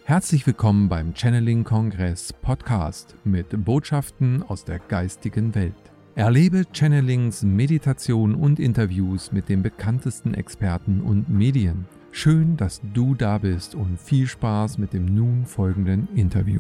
Herzlich willkommen beim Channeling-Kongress Podcast mit Botschaften aus der geistigen Welt. Erlebe Channelings, Meditation und Interviews mit den bekanntesten Experten und Medien. Schön, dass du da bist und viel Spaß mit dem nun folgenden Interview.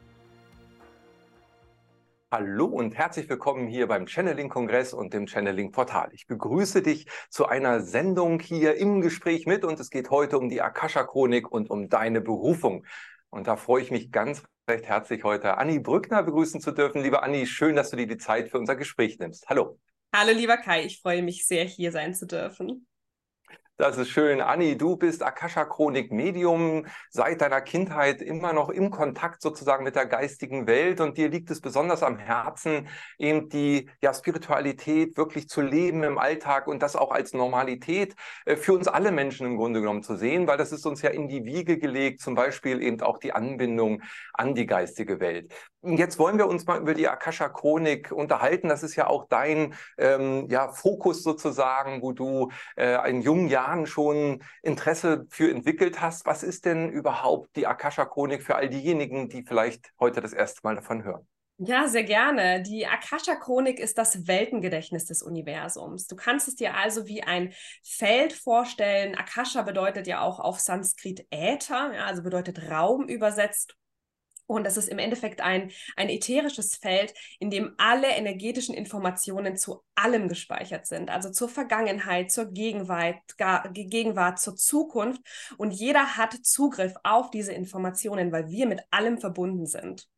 Hallo und herzlich willkommen hier beim Channeling-Kongress und dem Channeling-Portal. Ich begrüße dich zu einer Sendung hier im Gespräch mit und es geht heute um die Akasha-Chronik und um deine Berufung. Und da freue ich mich ganz recht herzlich, heute Anni Brückner begrüßen zu dürfen. Liebe Anni, schön, dass du dir die Zeit für unser Gespräch nimmst. Hallo. Hallo lieber Kai, ich freue mich sehr, hier sein zu dürfen. Das ist schön. Anni, du bist Akasha-Chronik-Medium, seit deiner Kindheit immer noch im Kontakt sozusagen mit der geistigen Welt und dir liegt es besonders am Herzen, eben die Spiritualität wirklich zu leben im Alltag und das auch als Normalität für uns alle Menschen im Grunde genommen zu sehen, weil das ist uns ja in die Wiege gelegt, zum Beispiel eben auch die Anbindung an die geistige Welt. Jetzt wollen wir uns mal über die Akasha-Chronik unterhalten. Das ist ja auch dein Fokus sozusagen, wo du in jungen Jahren schon Interesse für entwickelt hast. Was ist denn überhaupt die Akasha-Chronik für all diejenigen, die vielleicht heute das erste Mal davon hören? Ja, sehr gerne. Die Akasha-Chronik ist das Weltengedächtnis des Universums. Du kannst es dir also wie ein Feld vorstellen. Akasha bedeutet ja auch auf Sanskrit Äther, ja, also bedeutet Raum übersetzt. Und das ist im Endeffekt ein ätherisches Feld, in dem alle energetischen Informationen zu allem gespeichert sind. Also zur Vergangenheit, zur Gegenwart, zur Zukunft. Und jeder hat Zugriff auf diese Informationen, weil wir mit allem verbunden sind.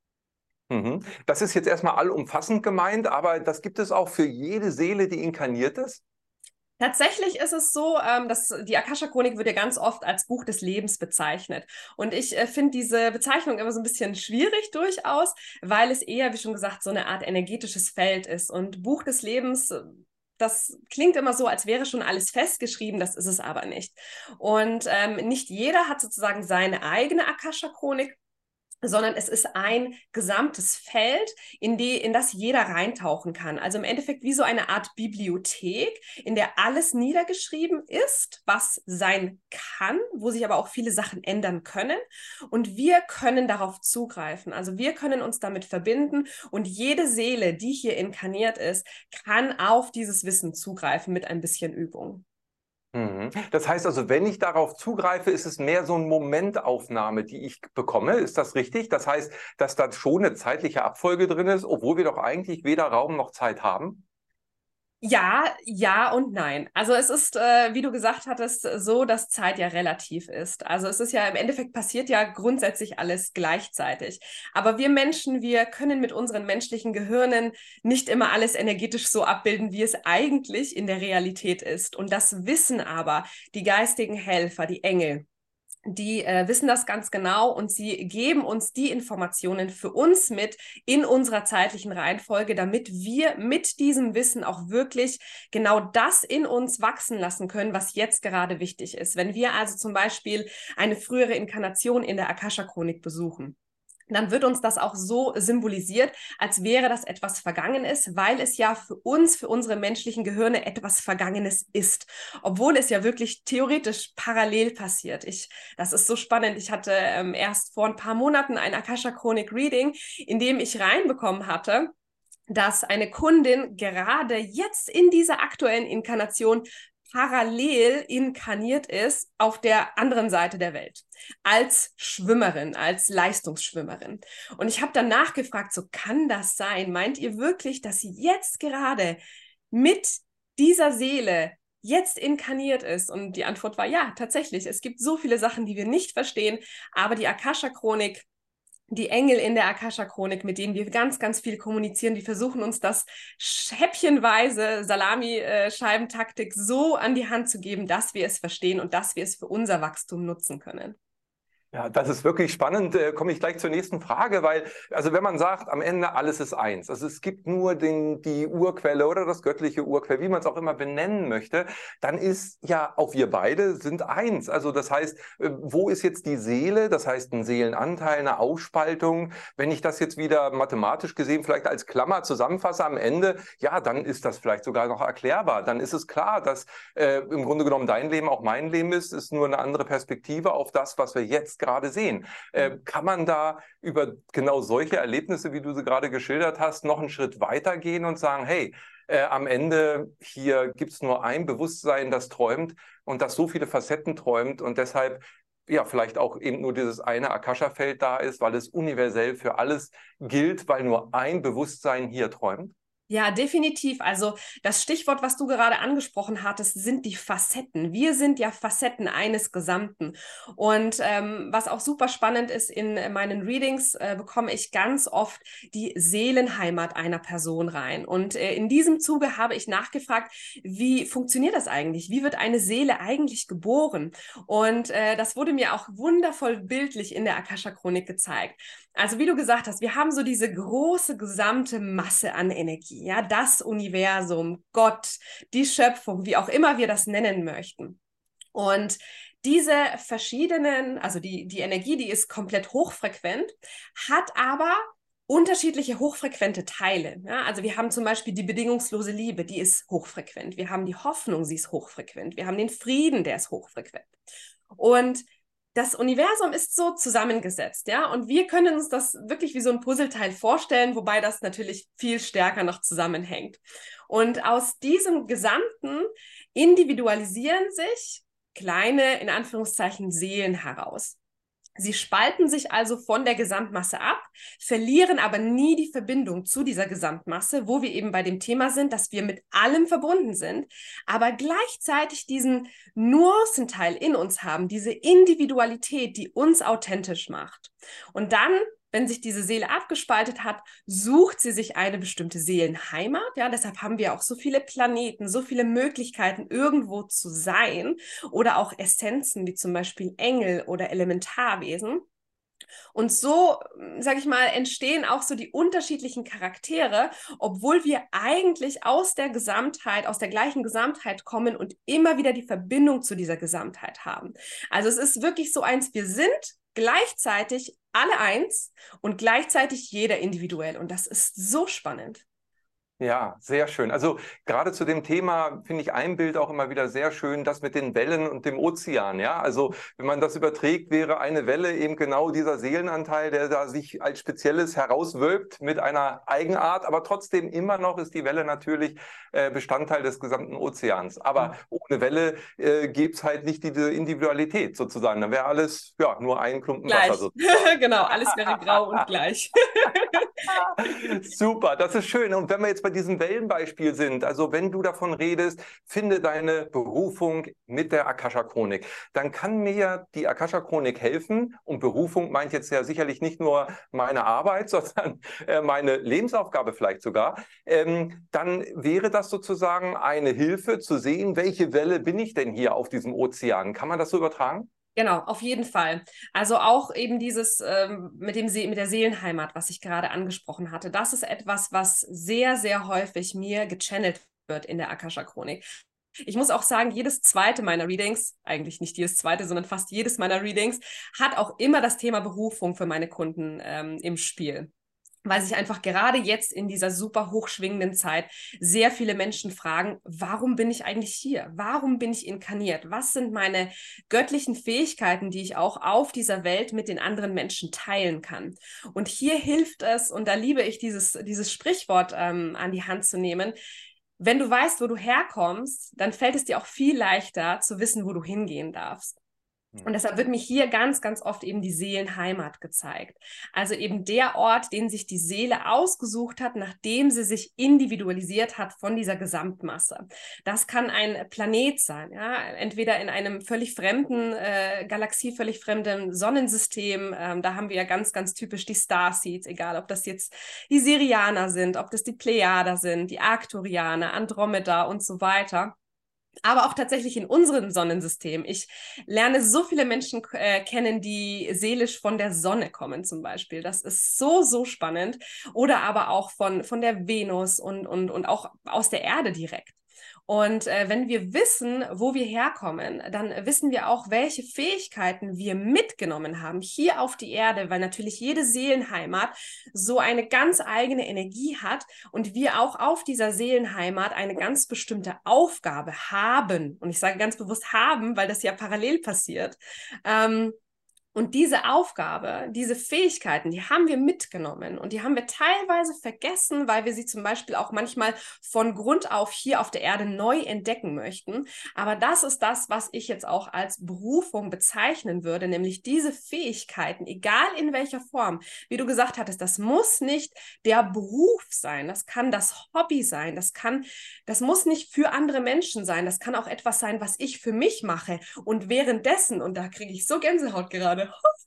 Das ist jetzt erstmal allumfassend gemeint, aber das gibt es auch für jede Seele, die inkarniert ist? Tatsächlich ist es so, dass die Akasha-Chronik wird ja ganz oft als Buch des Lebens bezeichnet. Und ich finde diese Bezeichnung immer so ein bisschen schwierig durchaus, weil es eher, wie schon gesagt, so eine Art energetisches Feld ist. Und Buch des Lebens, das klingt immer so, als wäre schon alles festgeschrieben, das ist es aber nicht. Und nicht jeder hat sozusagen seine eigene Akasha-Chronik, sondern es ist ein gesamtes Feld, in das jeder reintauchen kann. Also im Endeffekt wie so eine Art Bibliothek, in der alles niedergeschrieben ist, was sein kann, wo sich aber auch viele Sachen ändern können. Und wir können darauf zugreifen. Also wir können uns damit verbinden und jede Seele, die hier inkarniert ist, kann auf dieses Wissen zugreifen mit ein bisschen Übung. Das heißt also, wenn ich darauf zugreife, ist es mehr so eine Momentaufnahme, die ich bekomme. Ist das richtig? Das heißt, dass da schon eine zeitliche Abfolge drin ist, obwohl wir doch eigentlich weder Raum noch Zeit haben? Ja, ja und nein. Also es ist, wie du gesagt hattest, so, dass Zeit ja relativ ist. Also es ist ja im Endeffekt passiert ja grundsätzlich alles gleichzeitig. Aber wir Menschen, wir können mit unseren menschlichen Gehirnen nicht immer alles energetisch so abbilden, wie es eigentlich in der Realität ist. Und das wissen aber die geistigen Helfer, die Engel. Die wissen das ganz genau und sie geben uns die Informationen für uns mit in unserer zeitlichen Reihenfolge, damit wir mit diesem Wissen auch wirklich genau das in uns wachsen lassen können, was jetzt gerade wichtig ist. Wenn wir also zum Beispiel eine frühere Inkarnation in der Akasha-Chronik besuchen, dann wird uns das auch so symbolisiert, als wäre das etwas Vergangenes, weil es ja für uns, für unsere menschlichen Gehirne etwas Vergangenes ist, obwohl es ja wirklich theoretisch parallel passiert. Das ist so spannend. Ich hatte erst vor ein paar Monaten ein Akasha-Chronik-Reading, in dem ich reinbekommen hatte, dass eine Kundin gerade jetzt in dieser aktuellen Inkarnation parallel inkarniert ist auf der anderen Seite der Welt als Schwimmerin, als Leistungsschwimmerin. Und ich habe dann nachgefragt, so kann das sein? Meint ihr wirklich, dass sie jetzt gerade mit dieser Seele jetzt inkarniert ist? Und die Antwort war ja, tatsächlich. Es gibt so viele Sachen, die wir nicht verstehen, aber die Akasha-Chronik, die Engel in der Akasha-Chronik, mit denen wir ganz, ganz viel kommunizieren, die versuchen uns das häppchenweise Salami-Scheibentaktik so an die Hand zu geben, dass wir es verstehen und dass wir es für unser Wachstum nutzen können. Ja, das ist wirklich spannend. Komme ich gleich zur nächsten Frage, weil, also wenn man sagt, am Ende alles ist eins, also es gibt nur die Urquelle oder das göttliche Urquell, wie man es auch immer benennen möchte, dann ist ja auch wir beide sind eins. Also das heißt, wo ist jetzt die Seele? Das heißt, ein Seelenanteil, eine Aufspaltung. Wenn ich das jetzt wieder mathematisch gesehen vielleicht als Klammer zusammenfasse am Ende, ja, dann ist das vielleicht sogar noch erklärbar. Dann ist es klar, dass im Grunde genommen dein Leben auch mein Leben ist nur eine andere Perspektive auf das, was wir jetzt jetzt gerade sehen. Kann man da über genau solche Erlebnisse, wie du sie gerade geschildert hast, noch einen Schritt weiter gehen und sagen, hey, am Ende hier gibt es nur ein Bewusstsein, das träumt und das so viele Facetten träumt und deshalb ja vielleicht auch eben nur dieses eine Akasha-Feld da ist, weil es universell für alles gilt, weil nur ein Bewusstsein hier träumt? Ja, definitiv. Also das Stichwort, was du gerade angesprochen hattest, sind die Facetten. Wir sind ja Facetten eines Gesamten. Und was auch super spannend ist, in meinen Readings bekomme ich ganz oft die Seelenheimat einer Person rein. Und in diesem Zuge habe ich nachgefragt, wie funktioniert das eigentlich? Wie wird eine Seele eigentlich geboren? Und das wurde mir auch wundervoll bildlich in der Akasha-Chronik gezeigt. Also wie du gesagt hast, wir haben so diese große gesamte Masse an Energie, ja, das Universum, Gott, die Schöpfung, wie auch immer wir das nennen möchten. Und diese verschiedenen, also die Energie, die ist komplett hochfrequent, hat aber unterschiedliche hochfrequente Teile. Ja? Also wir haben zum Beispiel die bedingungslose Liebe, die ist hochfrequent. Wir haben die Hoffnung, sie ist hochfrequent. Wir haben den Frieden, der ist hochfrequent. Und das Universum ist so zusammengesetzt, ja, und wir können uns das wirklich wie so ein Puzzleteil vorstellen, wobei das natürlich viel stärker noch zusammenhängt. Und aus diesem Gesamten individualisieren sich kleine, in Anführungszeichen, Seelen heraus. Sie spalten sich also von der Gesamtmasse ab, verlieren aber nie die Verbindung zu dieser Gesamtmasse, wo wir eben bei dem Thema sind, dass wir mit allem verbunden sind, aber gleichzeitig diesen Nuancenteil in uns haben, diese Individualität, die uns authentisch macht. Und dann, wenn sich diese Seele abgespaltet hat, sucht sie sich eine bestimmte Seelenheimat. Ja, deshalb haben wir auch so viele Planeten, so viele Möglichkeiten, irgendwo zu sein oder auch Essenzen wie zum Beispiel Engel oder Elementarwesen. Und so, sage ich mal, entstehen auch so die unterschiedlichen Charaktere, obwohl wir eigentlich aus der Gesamtheit, aus der gleichen Gesamtheit kommen und immer wieder die Verbindung zu dieser Gesamtheit haben. Also es ist wirklich so eins, wir sind gleichzeitig alle eins und gleichzeitig jeder individuell. Und das ist so spannend. Ja, sehr schön. Also gerade zu dem Thema finde ich ein Bild auch immer wieder sehr schön, das mit den Wellen und dem Ozean. Ja, also wenn man das überträgt, wäre eine Welle eben genau dieser Seelenanteil, der da sich als Spezielles herauswölbt mit einer Eigenart, aber trotzdem immer noch ist die Welle natürlich Bestandteil des gesamten Ozeans. Aber ohne Welle gäbe es halt nicht diese Individualität sozusagen. Dann wäre alles ja nur ein Klumpen Gleich. Wasser sozusagen. Genau, alles wäre grau und gleich. Super, das ist schön. Und wenn wir jetzt bei diesem Wellenbeispiel sind, also wenn du davon redest, finde deine Berufung mit der Akasha-Chronik, dann kann mir die Akasha-Chronik helfen. Und Berufung meint jetzt ja sicherlich nicht nur meine Arbeit, sondern meine Lebensaufgabe vielleicht sogar. Dann wäre das sozusagen eine Hilfe zu sehen, welche Welle bin ich denn hier auf diesem Ozean? Kann man das so übertragen? Genau, auf jeden Fall. Also auch eben dieses mit der Seelenheimat, was ich gerade angesprochen hatte, das ist etwas, was sehr, sehr häufig mir gechannelt wird in der Akasha-Chronik. Ich muss auch sagen, jedes zweite meiner Readings, eigentlich nicht jedes zweite, sondern fast jedes meiner Readings, hat auch immer das Thema Berufung für meine Kunden im Spiel. Weil sich einfach gerade jetzt in dieser super hochschwingenden Zeit sehr viele Menschen fragen, warum bin ich eigentlich hier? Warum bin ich inkarniert? Was sind meine göttlichen Fähigkeiten, die ich auch auf dieser Welt mit den anderen Menschen teilen kann? Und hier hilft es, und da liebe ich dieses Sprichwort an die Hand zu nehmen, wenn du weißt, wo du herkommst, dann fällt es dir auch viel leichter zu wissen, wo du hingehen darfst. Und deshalb wird mir hier ganz, ganz oft eben die Seelenheimat gezeigt. Also eben der Ort, den sich die Seele ausgesucht hat, nachdem sie sich individualisiert hat von dieser Gesamtmasse. Das kann ein Planet sein, ja, entweder in einem völlig fremden Galaxie, völlig fremden Sonnensystem. Da haben wir ja ganz, ganz typisch die Starseeds, egal ob das jetzt die Sirianer sind, ob das die Plejader sind, die Arcturianer, Andromeda und so weiter. Aber auch tatsächlich in unserem Sonnensystem. Ich lerne so viele Menschen kennen, die seelisch von der Sonne kommen zum Beispiel. Das ist so, so spannend. Oder aber auch von der Venus und auch aus der Erde direkt. Und wenn wir wissen, wo wir herkommen, dann wissen wir auch, welche Fähigkeiten wir mitgenommen haben hier auf die Erde, weil natürlich jede Seelenheimat so eine ganz eigene Energie hat und wir auch auf dieser Seelenheimat eine ganz bestimmte Aufgabe haben. Und ich sage ganz bewusst haben, weil das ja parallel passiert. Und diese Aufgabe, diese Fähigkeiten, die haben wir mitgenommen und die haben wir teilweise vergessen, weil wir sie zum Beispiel auch manchmal von Grund auf hier auf der Erde neu entdecken möchten. Aber das ist das, was ich jetzt auch als Berufung bezeichnen würde, nämlich diese Fähigkeiten, egal in welcher Form. Wie du gesagt hattest, das muss nicht der Beruf sein, das kann das Hobby sein, das muss nicht für andere Menschen sein, das kann auch etwas sein, was ich für mich mache und währenddessen, und da kriege ich so Gänsehaut gerade,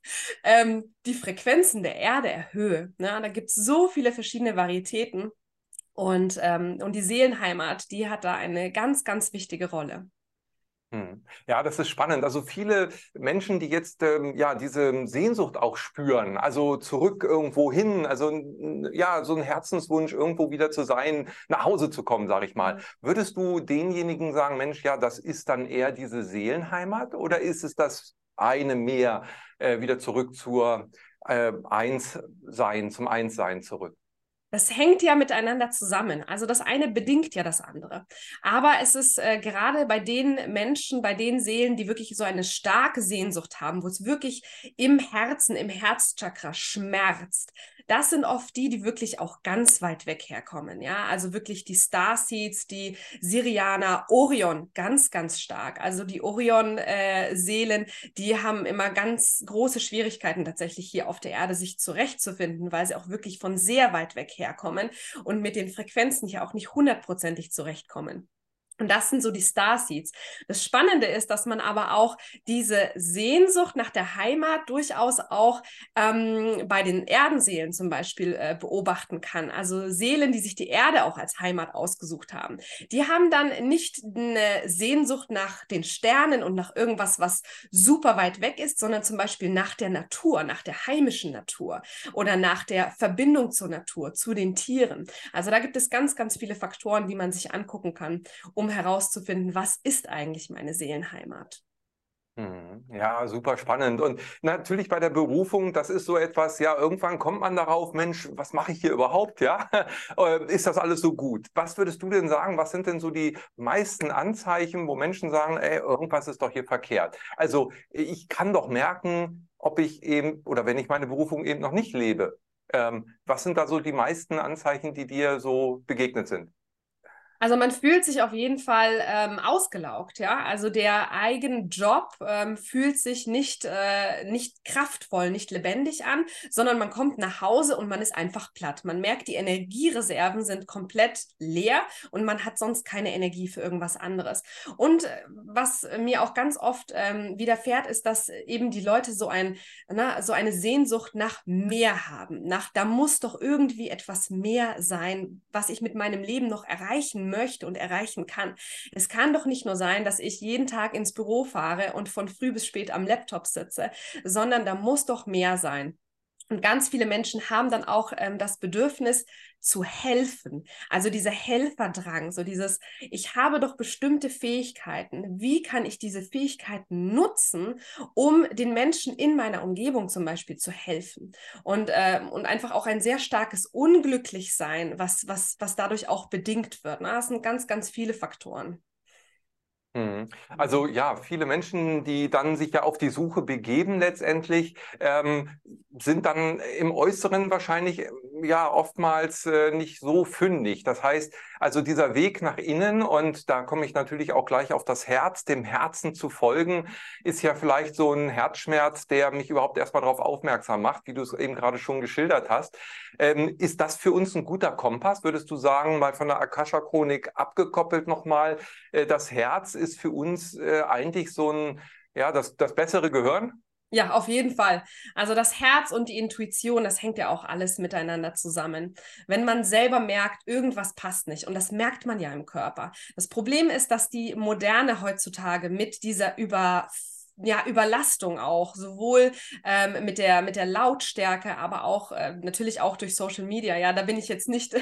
die Frequenzen der Erde erhöhe. Ne? Da gibt es so viele verschiedene Varietäten und die Seelenheimat, die hat da eine ganz, ganz wichtige Rolle. Ja, das ist spannend. Also viele Menschen, die jetzt ja diese Sehnsucht auch spüren, also zurück irgendwo hin, also ja, so ein Herzenswunsch, irgendwo wieder zu sein, nach Hause zu kommen, sage ich mal. Würdest du denjenigen sagen, Mensch, ja, das ist dann eher diese Seelenheimat oder ist es das eine mehr wieder zurück zur Einssein, zum Einssein zurück? Das hängt ja miteinander zusammen. Also das eine bedingt ja das andere. Aber es ist gerade bei den Menschen, bei den Seelen, die wirklich so eine starke Sehnsucht haben, wo es wirklich im Herzen, im Herzchakra schmerzt, das sind oft die, die wirklich auch ganz weit weg herkommen. Ja, also wirklich die Starseeds, die Sirianer, Orion, ganz, ganz stark. Also die Orion-Seelen, die haben immer ganz große Schwierigkeiten tatsächlich hier auf der Erde sich zurechtzufinden, weil sie auch wirklich von sehr weit weg herkommen und mit den Frequenzen hier auch nicht hundertprozentig zurechtkommen. Und das sind so die Starseeds. Das Spannende ist, dass man aber auch diese Sehnsucht nach der Heimat durchaus auch bei den Erdenseelen zum Beispiel beobachten kann. Also Seelen, die sich die Erde auch als Heimat ausgesucht haben. Die haben dann nicht eine Sehnsucht nach den Sternen und nach irgendwas, was super weit weg ist, sondern zum Beispiel nach der Natur, nach der heimischen Natur oder nach der Verbindung zur Natur, zu den Tieren. Also da gibt es ganz, ganz viele Faktoren, die man sich angucken kann, um herauszufinden, was ist eigentlich meine Seelenheimat. Ja, super spannend. Und natürlich bei der Berufung, das ist so etwas, ja, irgendwann kommt man darauf, Mensch, was mache ich hier überhaupt, ja? Ist das alles so gut? Was würdest du denn sagen, was sind denn so die meisten Anzeichen, wo Menschen sagen, ey, irgendwas ist doch hier verkehrt? Also ich kann doch merken, ob ich eben, oder wenn ich meine Berufung eben noch nicht lebe. Was sind da so die meisten Anzeichen, die dir so begegnet sind? Also man fühlt sich auf jeden Fall ausgelaugt, ja. Also der eigene Job fühlt sich nicht kraftvoll, nicht lebendig an, sondern man kommt nach Hause und man ist einfach platt. Man merkt, die Energiereserven sind komplett leer und man hat sonst keine Energie für irgendwas anderes. Und was mir auch ganz oft widerfährt, ist, dass eben die Leute so eine Sehnsucht nach mehr haben. Da muss doch irgendwie etwas mehr sein, was ich mit meinem Leben noch erreichen möchte und erreichen kann. Es kann doch nicht nur sein, dass ich jeden Tag ins Büro fahre und von früh bis spät am Laptop sitze, sondern da muss doch mehr sein. Und ganz viele Menschen haben dann auch das Bedürfnis zu helfen. Also dieser Helferdrang, so dieses, ich habe doch bestimmte Fähigkeiten. Wie kann ich diese Fähigkeiten nutzen, um den Menschen in meiner Umgebung zum Beispiel zu helfen? Und einfach auch ein sehr starkes Unglücklichsein, was dadurch auch bedingt wird. Ne? Das sind ganz, ganz viele Faktoren. Also ja, viele Menschen, die dann sich ja auf die Suche begeben letztendlich, sind dann im Äußeren wahrscheinlich ja oftmals nicht so fündig. Das heißt, also dieser Weg nach innen, und da komme ich natürlich auch gleich auf das Herz, dem Herzen zu folgen, ist ja vielleicht so ein Herzschmerz, der mich überhaupt erstmal darauf aufmerksam macht, wie du es eben gerade schon geschildert hast. Ist das für uns ein guter Kompass? Würdest du sagen, mal von der Akasha-Chronik abgekoppelt nochmal, das Herz ist für uns eigentlich so ein, ja, das bessere Gehirn? Ja, auf jeden Fall. Also das Herz und die Intuition, das hängt ja auch alles miteinander zusammen. Wenn man selber merkt, irgendwas passt nicht, und das merkt man ja im Körper. Das Problem ist, dass die Moderne heutzutage mit dieser Überlastung auch, sowohl mit der Lautstärke, aber auch natürlich auch durch Social Media. Ja, da bin ich jetzt nicht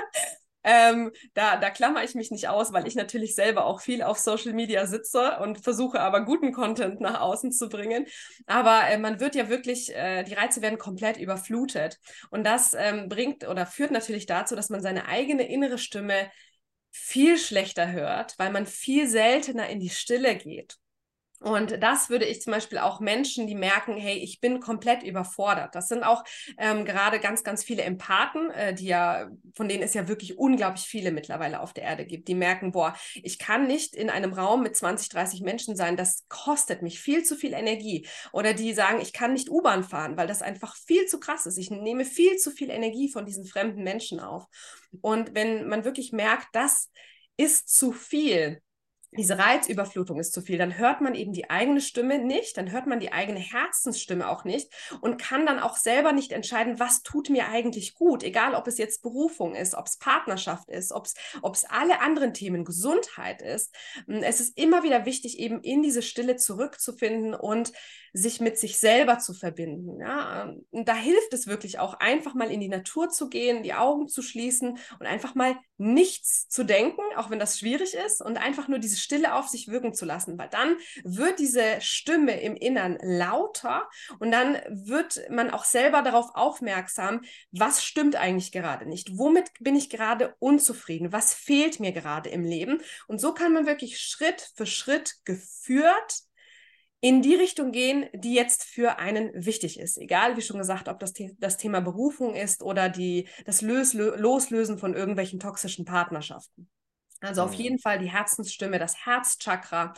da klammer ich mich nicht aus, weil ich natürlich selber auch viel auf Social Media sitze und versuche aber guten Content nach außen zu bringen. Aber man wird ja wirklich, die Reize werden komplett überflutet. Und das bringt oder führt natürlich dazu, dass man seine eigene innere Stimme viel schlechter hört, weil man viel seltener in die Stille geht. Und das würde ich zum Beispiel auch Menschen, die merken, hey, ich bin komplett überfordert. Das sind auch gerade ganz, ganz viele Empathen, von denen es ja wirklich unglaublich viele mittlerweile auf der Erde gibt, die merken, boah, ich kann nicht in einem Raum mit 20, 30 Menschen sein, das kostet mich viel zu viel Energie. Oder die sagen, ich kann nicht U-Bahn fahren, weil das einfach viel zu krass ist. Ich nehme viel zu viel Energie von diesen fremden Menschen auf. Und wenn man wirklich merkt, das ist zu viel, diese Reizüberflutung ist zu viel, dann hört man eben die eigene Stimme nicht, dann hört man die eigene Herzensstimme auch nicht und kann dann auch selber nicht entscheiden, was tut mir eigentlich gut, egal ob es jetzt Berufung ist, ob es Partnerschaft ist, ob es alle anderen Themen, Gesundheit ist. Es ist immer wieder wichtig, eben in diese Stille zurückzufinden und sich mit sich selber zu verbinden. Ja? Und da hilft es wirklich auch, einfach mal in die Natur zu gehen, die Augen zu schließen und einfach mal nichts zu denken, auch wenn das schwierig ist, und einfach nur diese Stille auf sich wirken zu lassen, weil dann wird diese Stimme im Innern lauter und dann wird man auch selber darauf aufmerksam, was stimmt eigentlich gerade nicht, womit bin ich gerade unzufrieden, was fehlt mir gerade im Leben, und so kann man wirklich Schritt für Schritt geführt in die Richtung gehen, die jetzt für einen wichtig ist. Egal, wie schon gesagt, ob das Thema Berufung ist oder das Loslösen von irgendwelchen toxischen Partnerschaften. Also auf jeden Fall die Herzensstimme, das Herzchakra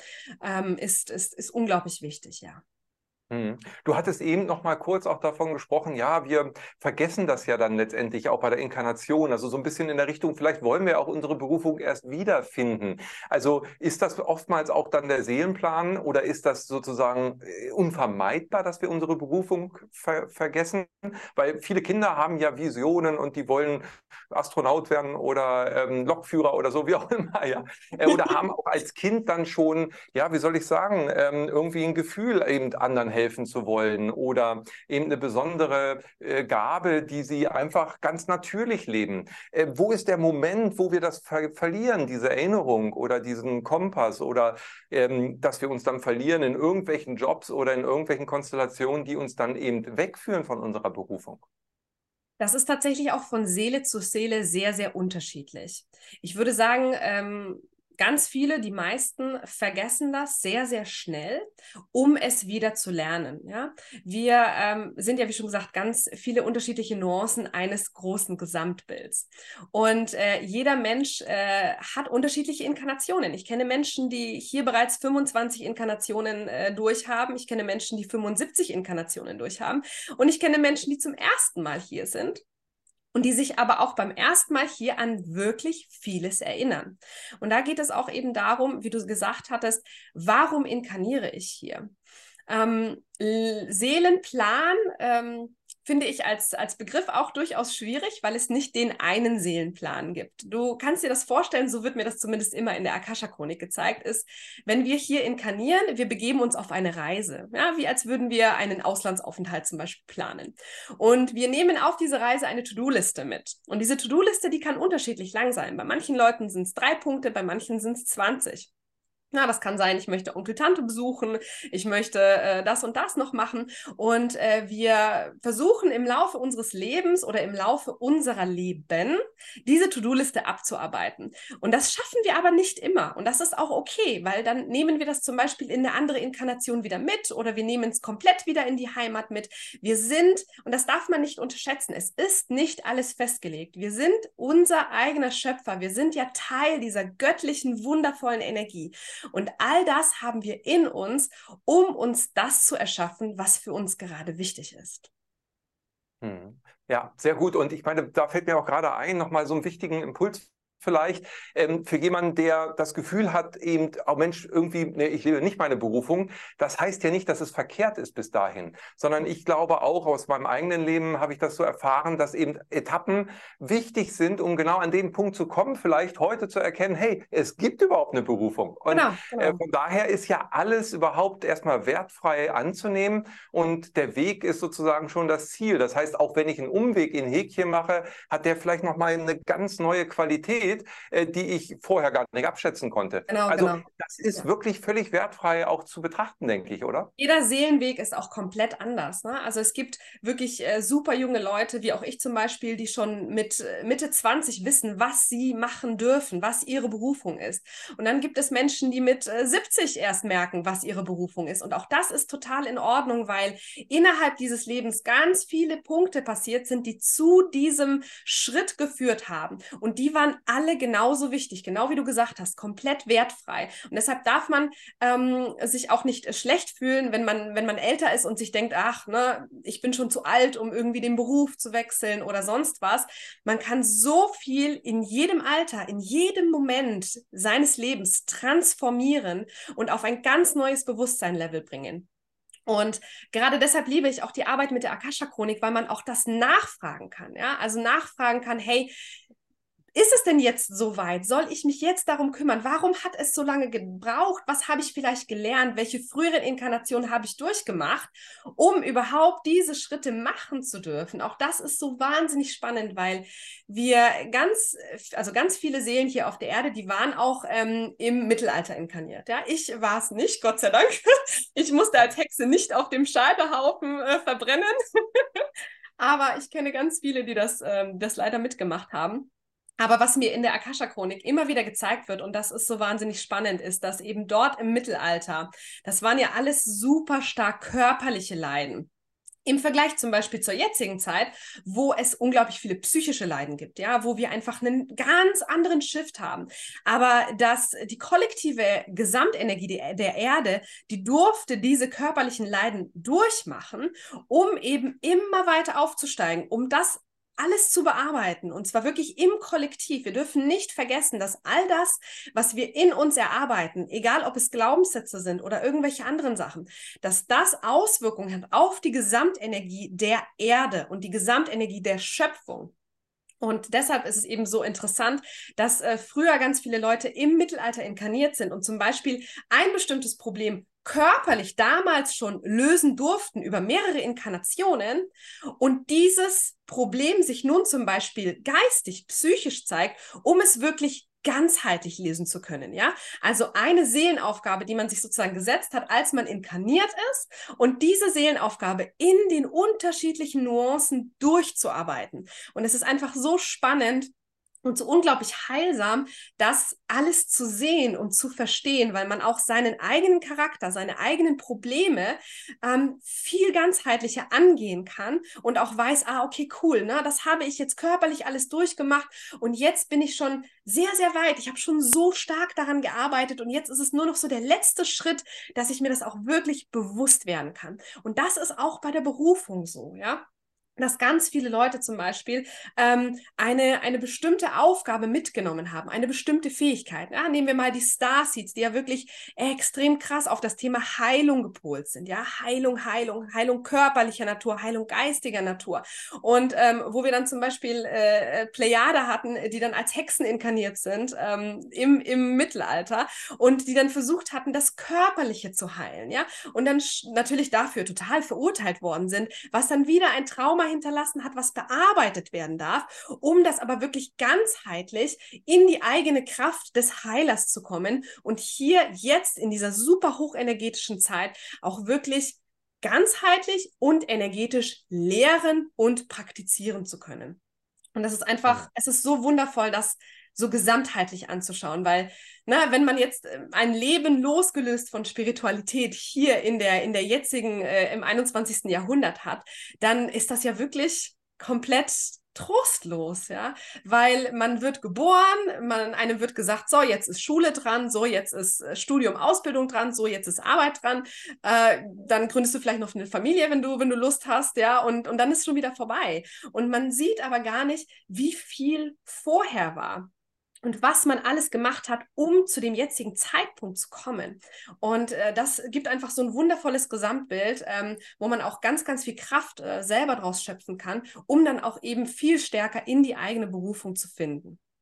ist unglaublich wichtig, ja. Du hattest eben noch mal kurz auch davon gesprochen, ja, wir vergessen das ja dann letztendlich auch bei der Inkarnation, also so ein bisschen in der Richtung, vielleicht wollen wir auch unsere Berufung erst wiederfinden. Also ist das oftmals auch dann der Seelenplan oder ist das sozusagen unvermeidbar, dass wir unsere Berufung vergessen? Weil viele Kinder haben ja Visionen und die wollen Astronaut werden oder Lokführer oder so, wie auch immer, ja. Oder haben auch als Kind dann schon, ja, wie soll ich sagen, irgendwie ein Gefühl, eben anderen helfen zu wollen oder eben eine besondere Gabe, die sie einfach ganz natürlich leben. Wo ist der Moment, wo wir das verlieren, diese Erinnerung oder diesen Kompass oder dass wir uns dann verlieren in irgendwelchen Jobs oder in irgendwelchen Konstellationen, die uns dann eben wegführen von unserer Berufung? Das ist tatsächlich auch von Seele zu Seele sehr, sehr unterschiedlich. Ich würde sagen, ganz viele, die meisten vergessen das sehr, sehr schnell, um es wieder zu lernen. Ja? Wir sind ja, wie schon gesagt, ganz viele unterschiedliche Nuancen eines großen Gesamtbilds. Und jeder Mensch hat unterschiedliche Inkarnationen. Ich kenne Menschen, die hier bereits 25 Inkarnationen durchhaben. Ich kenne Menschen, die 75 Inkarnationen durchhaben. Und ich kenne Menschen, die zum ersten Mal hier sind und die sich aber auch beim ersten Mal hier an wirklich vieles erinnern. Und da geht es auch eben darum, wie du gesagt hattest, warum inkarniere ich hier? Seelenplan finde ich als Begriff auch durchaus schwierig, weil es nicht den einen Seelenplan gibt. Du kannst dir das vorstellen, so wird mir das zumindest immer in der Akasha-Chronik gezeigt, ist, wenn wir hier inkarnieren, wir begeben uns auf eine Reise, ja, wie als würden wir einen Auslandsaufenthalt zum Beispiel planen. Und wir nehmen auf diese Reise eine To-Do-Liste mit. Und diese To-Do-Liste, die kann unterschiedlich lang sein. Bei manchen Leuten sind es 3 Punkte, bei manchen sind es 20. Ja, das kann sein, ich möchte Onkel, Tante besuchen, ich möchte das und das noch machen. Und wir versuchen im Laufe unseres Lebens oder im Laufe unserer Leben diese To-Do-Liste abzuarbeiten. Und das schaffen wir aber nicht immer. Und das ist auch okay, weil dann nehmen wir das zum Beispiel in eine andere Inkarnation wieder mit oder wir nehmen es komplett wieder in die Heimat mit. Wir sind, und das darf man nicht unterschätzen, es ist nicht alles festgelegt. Wir sind unser eigener Schöpfer. Wir sind ja Teil dieser göttlichen, wundervollen Energie. Und all das haben wir in uns, um uns das zu erschaffen, was für uns gerade wichtig ist. Ja, sehr gut. Und ich meine, da fällt mir auch gerade ein, nochmal so einen wichtigen Impuls vielleicht für jemanden, der das Gefühl hat, eben, oh Mensch, irgendwie, nee, ich lebe nicht meine Berufung. Das heißt ja nicht, dass es verkehrt ist bis dahin, sondern ich glaube auch, aus meinem eigenen Leben habe ich das so erfahren, dass eben Etappen wichtig sind, um genau an den Punkt zu kommen, vielleicht heute zu erkennen, hey, es gibt überhaupt eine Berufung. Und Genau. von daher ist ja alles überhaupt erstmal wertfrei anzunehmen und der Weg ist sozusagen schon das Ziel. Das heißt, auch wenn ich einen Umweg in Häkchen mache, hat der vielleicht nochmal eine ganz neue Qualität, Qualität, die ich vorher gar nicht abschätzen konnte. Genau, Also genau. das ist Ja. wirklich völlig wertfrei auch zu betrachten, denke ich, oder? Jeder Seelenweg ist auch komplett anders. Ne? Also es gibt wirklich super junge Leute, wie auch ich zum Beispiel, die schon mit Mitte 20 wissen, was sie machen dürfen, was ihre Berufung ist. Und dann gibt es Menschen, die mit 70 erst merken, was ihre Berufung ist. Und auch das ist total in Ordnung, weil innerhalb dieses Lebens ganz viele Punkte passiert sind, die zu diesem Schritt geführt haben. Und die waren alle genauso wichtig, genau wie du gesagt hast, komplett wertfrei. Und deshalb darf man sich auch nicht schlecht fühlen, wenn man älter ist und sich denkt, ach, ne, ich bin schon zu alt, um irgendwie den Beruf zu wechseln oder sonst was. Man kann so viel in jedem Alter, in jedem Moment seines Lebens transformieren und auf ein ganz neues Bewusstseinlevel bringen. Und gerade deshalb liebe ich auch die Arbeit mit der Akasha-Chronik, weil man auch das nachfragen kann. Ja? Also nachfragen kann, hey, ist es denn jetzt soweit? Soll ich mich jetzt darum kümmern? Warum hat es so lange gebraucht? Was habe ich vielleicht gelernt? Welche früheren Inkarnationen habe ich durchgemacht, um überhaupt diese Schritte machen zu dürfen? Auch das ist so wahnsinnig spannend, weil wir ganz viele Seelen hier auf der Erde, die waren auch im Mittelalter inkarniert. Ja? Ich war es nicht, Gott sei Dank. Ich musste als Hexe nicht auf dem Scheiterhaufen verbrennen. Aber ich kenne ganz viele, die das leider mitgemacht haben. Aber was mir in der Akasha-Chronik immer wieder gezeigt wird, und das ist so wahnsinnig spannend, ist, dass eben dort im Mittelalter, das waren ja alles super stark körperliche Leiden. Im Vergleich zum Beispiel zur jetzigen Zeit, wo es unglaublich viele psychische Leiden gibt, ja, wo wir einfach einen ganz anderen Shift haben. Aber die kollektive Gesamtenergie der Erde, die durfte diese körperlichen Leiden durchmachen, um eben immer weiter aufzusteigen, um das alles zu bearbeiten, und zwar wirklich im Kollektiv. Wir dürfen nicht vergessen, dass all das, was wir in uns erarbeiten, egal ob es Glaubenssätze sind oder irgendwelche anderen Sachen, dass das Auswirkungen hat auf die Gesamtenergie der Erde und die Gesamtenergie der Schöpfung. Und deshalb ist es eben so interessant, dass früher ganz viele Leute im Mittelalter inkarniert sind und zum Beispiel ein bestimmtes Problem körperlich damals schon lösen durften über mehrere Inkarnationen und dieses Problem sich nun zum Beispiel geistig, psychisch zeigt, um es wirklich ganzheitlich lesen zu können, ja? Also eine Seelenaufgabe, die man sich sozusagen gesetzt hat, als man inkarniert ist, und diese Seelenaufgabe in den unterschiedlichen Nuancen durchzuarbeiten. Und es ist einfach so spannend und so unglaublich heilsam, das alles zu sehen und zu verstehen, weil man auch seinen eigenen Charakter, seine eigenen Probleme viel ganzheitlicher angehen kann und auch weiß, okay, cool, ne, das habe ich jetzt körperlich alles durchgemacht und jetzt bin ich schon sehr, sehr weit. Ich habe schon so stark daran gearbeitet und jetzt ist es nur noch so der letzte Schritt, dass ich mir das auch wirklich bewusst werden kann. Und das ist auch bei der Berufung so, ja, dass ganz viele Leute zum Beispiel eine bestimmte Aufgabe mitgenommen haben, eine bestimmte Fähigkeit. Ja, nehmen wir mal die Starseeds, die ja wirklich extrem krass auf das Thema Heilung gepolt sind. Ja, Heilung, Heilung, Heilung körperlicher Natur, Heilung geistiger Natur. Und wo wir dann zum Beispiel Plejade hatten, die dann als Hexen inkarniert sind im Mittelalter und die dann versucht hatten, das Körperliche zu heilen. Ja, und dann natürlich dafür total verurteilt worden sind, was dann wieder ein Trauma hinterlassen hat, was bearbeitet werden darf, um das aber wirklich ganzheitlich in die eigene Kraft des Heilers zu kommen und hier jetzt in dieser super hochenergetischen Zeit auch wirklich ganzheitlich und energetisch lehren und praktizieren zu können. Und das ist einfach, es ist so wundervoll, das so gesamtheitlich anzuschauen, weil, na, wenn man jetzt ein Leben losgelöst von Spiritualität hier in der jetzigen, im 21. Jahrhundert hat, dann ist das ja wirklich komplett trostlos, ja, weil man wird geboren, einem wird gesagt, so, jetzt ist Schule dran, so, jetzt ist Studium, Ausbildung dran, so, jetzt ist Arbeit dran, dann gründest du vielleicht noch eine Familie, wenn du Lust hast, ja, und dann ist schon wieder vorbei. Und man sieht aber gar nicht, wie viel vorher war und was man alles gemacht hat, um zu dem jetzigen Zeitpunkt zu kommen. Und das gibt einfach so ein wundervolles Gesamtbild, wo man auch ganz, ganz viel Kraft selber draus schöpfen kann, um dann auch eben viel stärker in die eigene Berufung zu finden.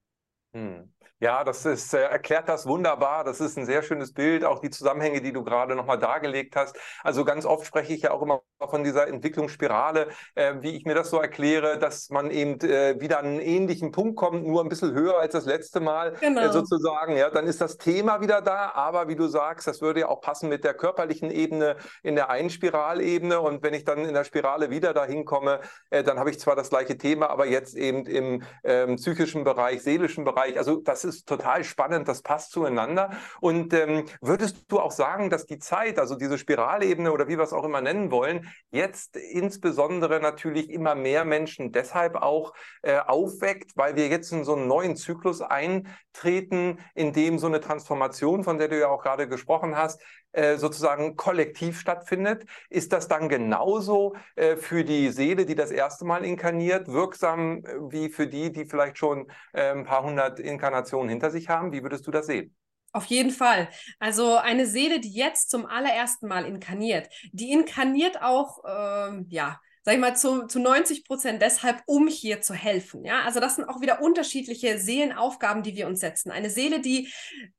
Hm. Ja, das ist, erklärt das wunderbar. Das ist ein sehr schönes Bild, auch die Zusammenhänge, die du gerade nochmal dargelegt hast. Also ganz oft spreche ich ja auch immer von dieser Entwicklungsspirale, wie ich mir das so erkläre, dass man eben wieder an einen ähnlichen Punkt kommt, nur ein bisschen höher als das letzte Mal Genau. sozusagen. Ja, dann ist das Thema wieder da, aber wie du sagst, das würde ja auch passen mit der körperlichen Ebene in der einen Spiralebene. Und wenn ich dann in der Spirale wieder dahin komme, dann habe ich zwar das gleiche Thema, aber jetzt eben im psychischen Bereich, seelischen Bereich. Also das ist total spannend, das passt zueinander. Und würdest du auch sagen, dass die Zeit, also diese Spiralebene oder wie wir es auch immer nennen wollen, jetzt insbesondere natürlich immer mehr Menschen deshalb auch aufweckt, weil wir jetzt in so einen neuen Zyklus eintreten, in dem so eine Transformation, von der du ja auch gerade gesprochen hast, sozusagen kollektiv stattfindet? Ist das dann genauso für die Seele, die das erste Mal inkarniert, wirksam wie für die, die vielleicht schon ein paar hundert Inkarnationen hinter sich haben? Wie würdest du das sehen? Auf jeden Fall. Also eine Seele, die jetzt zum allerersten Mal inkarniert, die inkarniert auch, ja, sag ich mal, zu 90% deshalb, um hier zu helfen. Ja, also das sind auch wieder unterschiedliche Seelenaufgaben, die wir uns setzen. Eine Seele, die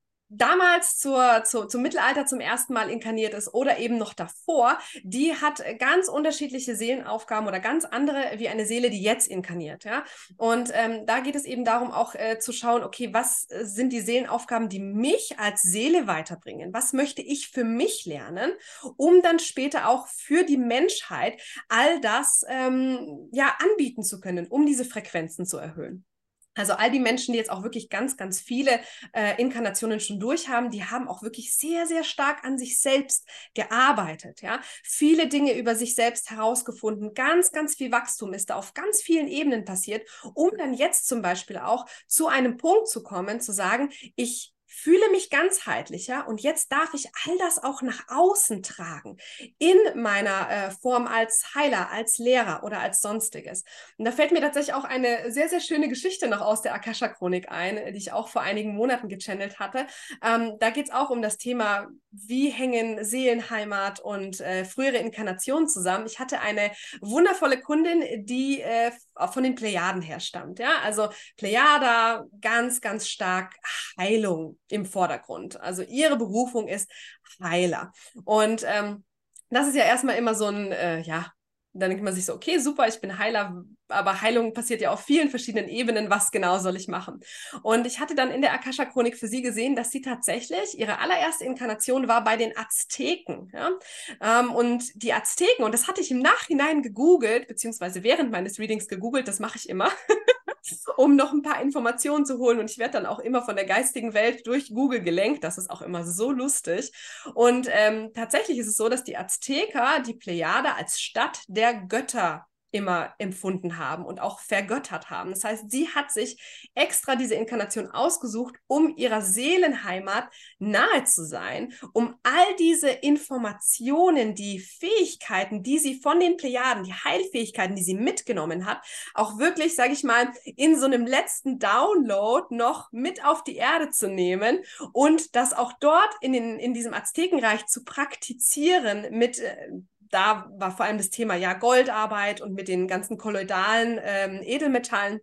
damals zum Mittelalter zum ersten Mal inkarniert ist oder eben noch davor, die hat ganz unterschiedliche Seelenaufgaben oder ganz andere wie eine Seele, die jetzt inkarniert. Ja? Und da geht es eben darum, auch zu schauen, okay, was sind die Seelenaufgaben, die mich als Seele weiterbringen? Was möchte ich für mich lernen, um dann später auch für die Menschheit all das ja, anbieten zu können, um diese Frequenzen zu erhöhen. Also all die Menschen, die jetzt auch wirklich ganz, ganz viele Inkarnationen schon durchhaben, die haben auch wirklich sehr, sehr stark an sich selbst gearbeitet. Ja? Viele Dinge über sich selbst herausgefunden. Ganz, ganz viel Wachstum ist da auf ganz vielen Ebenen passiert, um dann jetzt zum Beispiel auch zu einem Punkt zu kommen, zu sagen, ich fühle mich ganzheitlicher und jetzt darf ich all das auch nach außen tragen in meiner Form als Heiler, als Lehrer oder als Sonstiges. Und da fällt mir tatsächlich auch eine sehr, sehr schöne Geschichte noch aus der Akasha-Chronik ein, die ich auch vor einigen Monaten gechannelt hatte. Da geht es auch um das Thema, wie hängen Seelenheimat und frühere Inkarnationen zusammen. Ich hatte eine wundervolle Kundin, die von den Plejaden herstammt. Ja? Also Plejada, ganz, ganz stark Heilung im Vordergrund. Also ihre Berufung ist Heiler. Und das ist ja erstmal immer so ein, ja, dann denkt man sich so, okay, super, ich bin Heiler, aber Heilung passiert ja auf vielen verschiedenen Ebenen. Was genau soll ich machen? Und ich hatte dann in der Akasha-Chronik für sie gesehen, dass sie tatsächlich, ihre allererste Inkarnation war bei den Azteken. Ja? Und die Azteken, und das hatte ich im Nachhinein gegoogelt, beziehungsweise während meines Readings gegoogelt, das mache ich immer, um noch ein paar Informationen zu holen. Und ich werde dann auch immer von der geistigen Welt durch Google gelenkt. Das ist auch immer so lustig. Und tatsächlich ist es so, dass die Azteker die Plejade als Stadt der Götter immer empfunden haben und auch vergöttert haben. Das heißt, sie hat sich extra diese Inkarnation ausgesucht, um ihrer Seelenheimat nahe zu sein, um all diese Informationen, die Fähigkeiten, die sie von den Plejaden, die Heilfähigkeiten, die sie mitgenommen hat, auch wirklich, sage ich mal, in so einem letzten Download noch mit auf die Erde zu nehmen und das auch dort in diesem Aztekenreich zu praktizieren mit da war vor allem das Thema ja Goldarbeit und mit den ganzen kolloidalen Edelmetallen,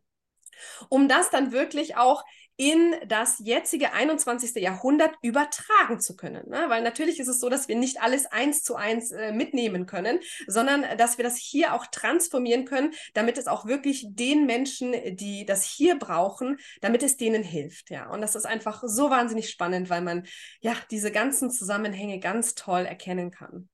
um das dann wirklich auch in das jetzige 21. Jahrhundert übertragen zu können. Ne? Weil natürlich ist es so, dass wir nicht alles 1:1 mitnehmen können, sondern dass wir das hier auch transformieren können, damit es auch wirklich den Menschen, die das hier brauchen, damit es denen hilft. Ja? Und das ist einfach so wahnsinnig spannend, weil man ja diese ganzen Zusammenhänge ganz toll erkennen kann.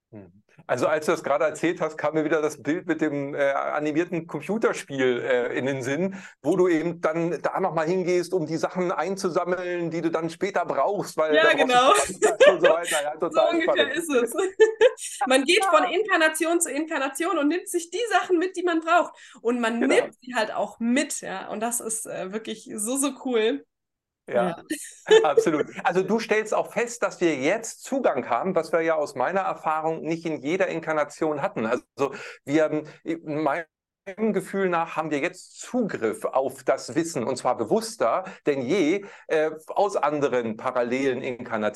Also als du das gerade erzählt hast, kam mir wieder das Bild mit dem animierten Computerspiel in den Sinn, wo du eben dann da nochmal hingehst, um die Sachen einzusammeln, die du dann später brauchst, weil da Ja, brauchst du genau. Spannung und so weiter. Ja, So total ungefähr spannend. ist es. Man geht von Inkarnation zu Inkarnation und nimmt sich die Sachen mit, die man braucht. Und man Genau. nimmt sie halt auch mit, ja. Und das ist wirklich so, so cool. Ja. Ja, absolut. Also du stellst auch fest, dass wir jetzt Zugang haben, was wir ja aus meiner Erfahrung nicht in jeder Inkarnation hatten. Also wir, meinem Gefühl nach, haben wir jetzt Zugriff auf das Wissen, und zwar bewusster denn je aus anderen parallelen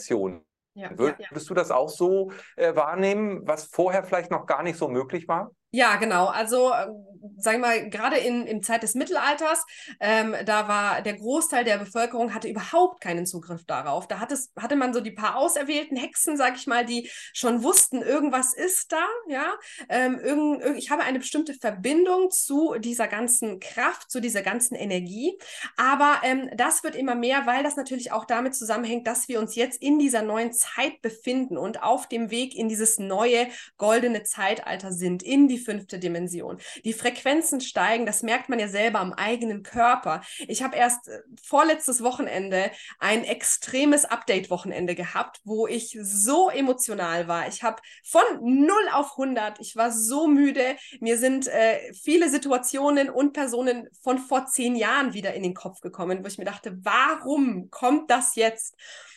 Inkarnationen. Ja, ja. Würdest du das auch so wahrnehmen, was vorher vielleicht noch gar nicht so möglich war? Ja, genau. Also, sagen wir mal, gerade im Zeit des Mittelalters, da war der Großteil der Bevölkerung hatte überhaupt keinen Zugriff darauf. Da hatte man so die paar auserwählten Hexen, sag ich mal, die schon wussten, irgendwas ist da, ja. Ich habe eine bestimmte Verbindung zu dieser ganzen Kraft, zu dieser ganzen Energie. Aber das wird immer mehr, weil das natürlich auch damit zusammenhängt, dass wir uns jetzt in dieser neuen Zeit befinden und auf dem Weg in dieses neue goldene Zeitalter sind, in die 5. Dimension. Die Frequenzen steigen, das merkt man ja selber am eigenen Körper. Ich habe erst vorletztes Wochenende ein extremes Update-Wochenende gehabt, wo ich so emotional war. Ich habe von 0 auf 100, ich war so müde. Mir sind viele Situationen und Personen von vor 10 Jahren wieder in den Kopf gekommen, wo ich mir dachte, warum kommt das jetzt?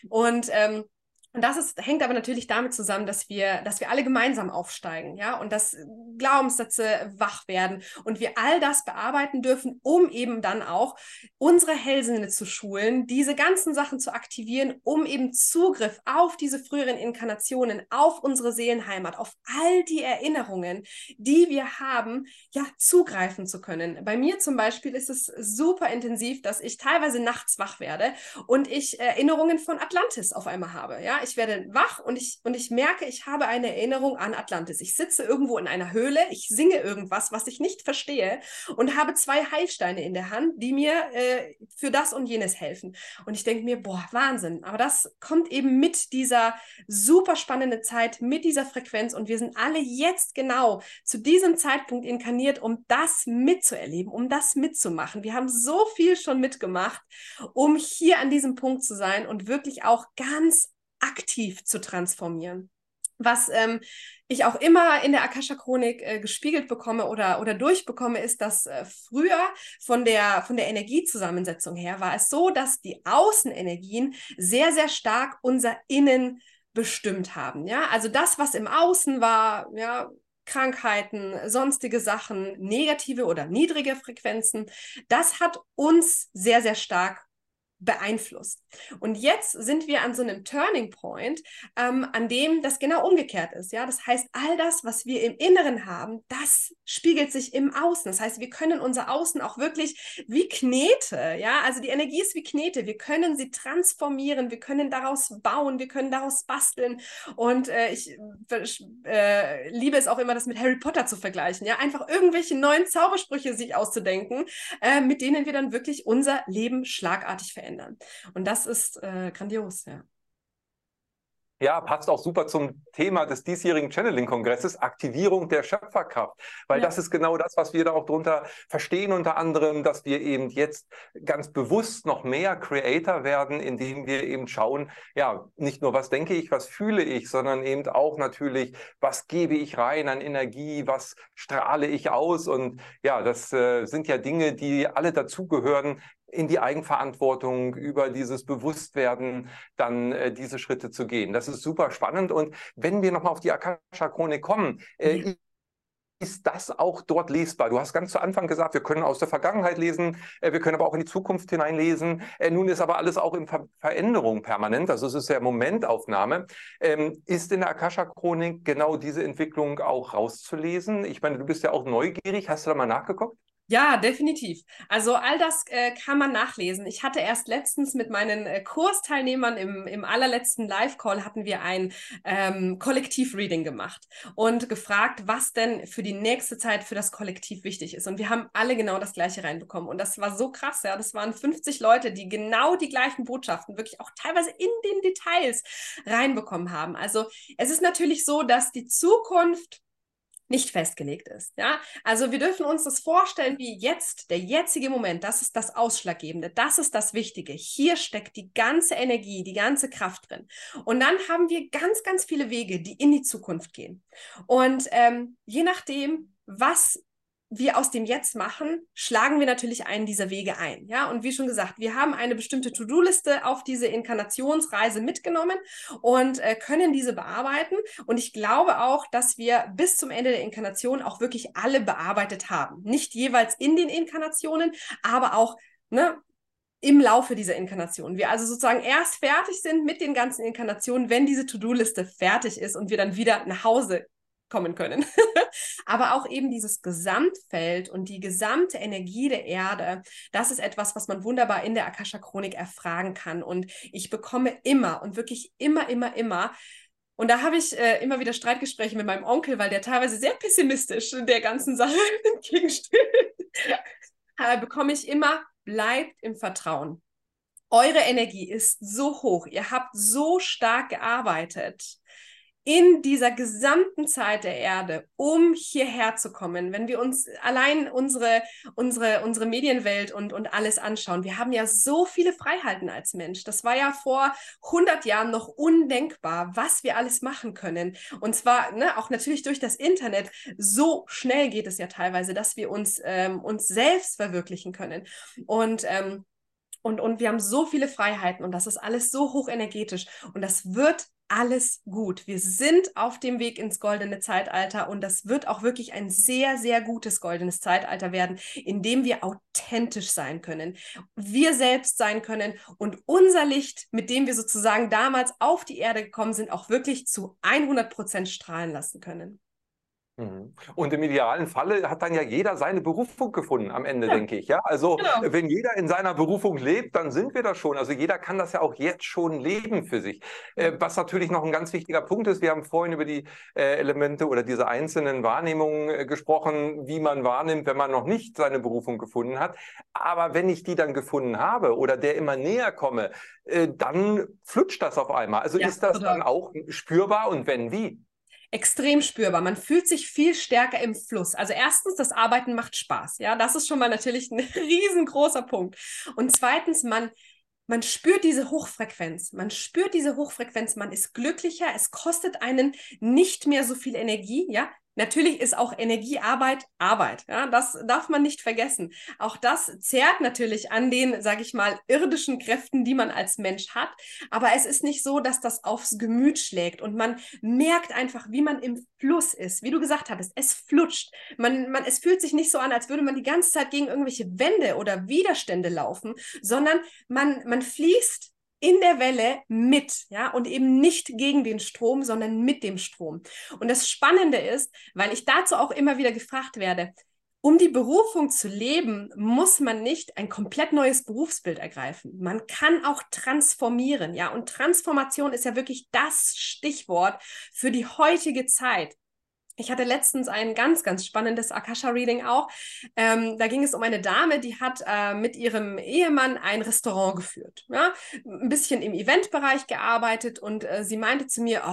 Und hängt aber natürlich damit zusammen, dass wir alle gemeinsam aufsteigen, ja, und dass Glaubenssätze wach werden und wir all das bearbeiten dürfen, um eben dann auch unsere Hellsinne zu schulen, diese ganzen Sachen zu aktivieren, um eben Zugriff auf diese früheren Inkarnationen, auf unsere Seelenheimat, auf all die Erinnerungen, die wir haben, ja, zugreifen zu können. Bei mir zum Beispiel ist es super intensiv, dass ich teilweise nachts wach werde und ich Erinnerungen von Atlantis auf einmal habe, ja, ich werde wach und ich merke, ich habe eine Erinnerung an Atlantis. Ich sitze irgendwo in einer Höhle, ich singe irgendwas, was ich nicht verstehe und habe 2 Heilsteine in der Hand, die mir für das und jenes helfen. Und ich denke mir, boah, Wahnsinn. Aber das kommt eben mit dieser super spannenden Zeit, mit dieser Frequenz und wir sind alle jetzt genau zu diesem Zeitpunkt inkarniert, um das mitzuerleben, um das mitzumachen. Wir haben so viel schon mitgemacht, um hier an diesem Punkt zu sein und wirklich auch ganz aktiv zu transformieren. Was ich auch immer in der Akasha-Chronik gespiegelt bekomme oder durchbekomme, ist, dass früher von der Energiezusammensetzung her war es so, dass die Außenenergien sehr, sehr stark unser Innen bestimmt haben. Ja? Also das, was im Außen war, ja, Krankheiten, sonstige Sachen, negative oder niedrige Frequenzen, das hat uns sehr, sehr stark beeinflusst. Und jetzt sind wir an so einem Turning Point, an dem das genau umgekehrt ist. Ja? Das heißt, all das, was wir im Inneren haben, das spiegelt sich im Außen. Das heißt, wir können unser Außen auch wirklich wie Knete, ja, also die Energie ist wie Knete. Wir können sie transformieren, wir können daraus bauen, wir können daraus basteln. Und ich liebe es auch immer, das mit Harry Potter zu vergleichen. Ja? Einfach irgendwelche neuen Zaubersprüche sich auszudenken, mit denen wir dann wirklich unser Leben schlagartig verändern. Und das ist grandios, ja. Ja, passt auch super zum Thema des diesjährigen Channeling-Kongresses, Aktivierung der Schöpferkraft. Weil das ist genau das, was wir da auch drunter verstehen, unter anderem, dass wir eben jetzt ganz bewusst noch mehr Creator werden, indem wir eben schauen, ja, nicht nur, was denke ich, was fühle ich, sondern eben auch natürlich, was gebe ich rein an Energie, was strahle ich aus. Und ja, das sind ja Dinge, die alle dazugehören, in die Eigenverantwortung, über dieses Bewusstwerden dann diese Schritte zu gehen. Das ist super spannend. Und wenn wir nochmal auf die Akasha-Chronik kommen, ist das auch dort lesbar? Du hast ganz zu Anfang gesagt, wir können aus der Vergangenheit lesen, wir können aber auch in die Zukunft hineinlesen. Nun ist aber alles auch in Veränderung permanent, also es ist ja Momentaufnahme. Ist in der Akasha-Chronik genau diese Entwicklung auch rauszulesen? Ich meine, du bist ja auch neugierig, hast du da mal nachgeguckt? Ja, definitiv. Also all das kann man nachlesen. Ich hatte erst letztens mit meinen Kursteilnehmern im allerletzten Live-Call hatten wir ein Kollektiv-Reading gemacht und gefragt, was denn für die nächste Zeit für das Kollektiv wichtig ist. Und wir haben alle genau das Gleiche reinbekommen. Und das war so krass, ja. Das waren 50 Leute, die genau die gleichen Botschaften, wirklich auch teilweise in den Details reinbekommen haben. Also es ist natürlich so, dass die Zukunft nicht festgelegt ist. Ja? Also wir dürfen uns das vorstellen, wie jetzt, der jetzige Moment, das ist das Ausschlaggebende, das ist das Wichtige. Hier steckt die ganze Energie, die ganze Kraft drin. Und dann haben wir ganz, ganz viele Wege, die in die Zukunft gehen. Und je nachdem, was wir aus dem Jetzt machen, schlagen wir natürlich einen dieser Wege ein. Ja? Und wie schon gesagt, wir haben eine bestimmte To-Do-Liste auf diese Inkarnationsreise mitgenommen und können diese bearbeiten. Und ich glaube auch, dass wir bis zum Ende der Inkarnation auch wirklich alle bearbeitet haben. Nicht jeweils in den Inkarnationen, aber auch, ne, im Laufe dieser Inkarnation. Wir also sozusagen erst fertig sind mit den ganzen Inkarnationen, wenn diese To-Do-Liste fertig ist und wir dann wieder nach Hause kommen können. Aber auch eben dieses Gesamtfeld und die gesamte Energie der Erde, das ist etwas, was man wunderbar in der Akasha-Chronik erfragen kann. Und ich bekomme immer und wirklich immer. Und da habe ich immer wieder Streitgespräche mit meinem Onkel, weil der teilweise sehr pessimistisch der ganzen Sache entgegensteht. Bekomme ich immer, bleibt im Vertrauen. Eure Energie ist so hoch, ihr habt so stark gearbeitet in dieser gesamten Zeit der Erde, um hierher zu kommen. Wenn wir uns allein unsere Medienwelt und alles anschauen, wir haben ja so viele Freiheiten als Mensch. Das war ja vor 100 Jahren noch undenkbar, was wir alles machen können. Und zwar auch natürlich durch das Internet. So schnell geht es ja teilweise, dass wir uns selbst verwirklichen können. Und wir haben so viele Freiheiten und das ist alles so hochenergetisch und das wird alles gut. Wir sind auf dem Weg ins goldene Zeitalter und das wird auch wirklich ein sehr, sehr gutes goldenes Zeitalter werden, in dem wir authentisch sein können, wir selbst sein können und unser Licht, mit dem wir sozusagen damals auf die Erde gekommen sind, auch wirklich zu 100% strahlen lassen können. Und im idealen Falle hat dann ja jeder seine Berufung gefunden am Ende, denke ich. Ja? Also genau. Wenn jeder in seiner Berufung lebt, dann sind wir das schon. Also jeder kann das ja auch jetzt schon leben für sich. Was natürlich noch ein ganz wichtiger Punkt ist, wir haben vorhin über die Elemente oder diese einzelnen Wahrnehmungen gesprochen, wie man wahrnimmt, wenn man noch nicht seine Berufung gefunden hat. Aber wenn ich die dann gefunden habe oder der immer näher komme, dann flutscht das auf einmal. Also Ja, ist das total. dann auch spürbar und wenn, wie? Extrem spürbar. Man fühlt sich viel stärker im Fluss. Also erstens, das Arbeiten macht Spaß. Ja, das ist schon mal natürlich ein riesengroßer Punkt. Und zweitens, man spürt diese Hochfrequenz. Man spürt diese Hochfrequenz. Man ist glücklicher. Es kostet einen nicht mehr so viel Energie. Ja, natürlich ist auch Energiearbeit Arbeit. Ja, das darf man nicht vergessen. Auch das zehrt natürlich an den, sage ich mal, irdischen Kräften, die man als Mensch hat. Aber es ist nicht so, dass das aufs Gemüt schlägt und man merkt einfach, wie man im Fluss ist. Wie du gesagt hattest, es flutscht. Es fühlt sich nicht so an, als würde man die ganze Zeit gegen irgendwelche Wände oder Widerstände laufen, sondern man fließt in der Welle mit, ja, und eben nicht gegen den Strom, sondern mit dem Strom. Und das Spannende ist, weil ich dazu auch immer wieder gefragt werde, um die Berufung zu leben, muss man nicht ein komplett neues Berufsbild ergreifen. Man kann auch transformieren, ja, und Transformation ist ja wirklich das Stichwort für die heutige Zeit. Ich hatte letztens ein ganz, ganz spannendes Akasha-Reading auch. Da ging es um eine Dame, die hat mit ihrem Ehemann ein Restaurant geführt. Ja? Ein bisschen im Eventbereich gearbeitet und sie meinte zu mir,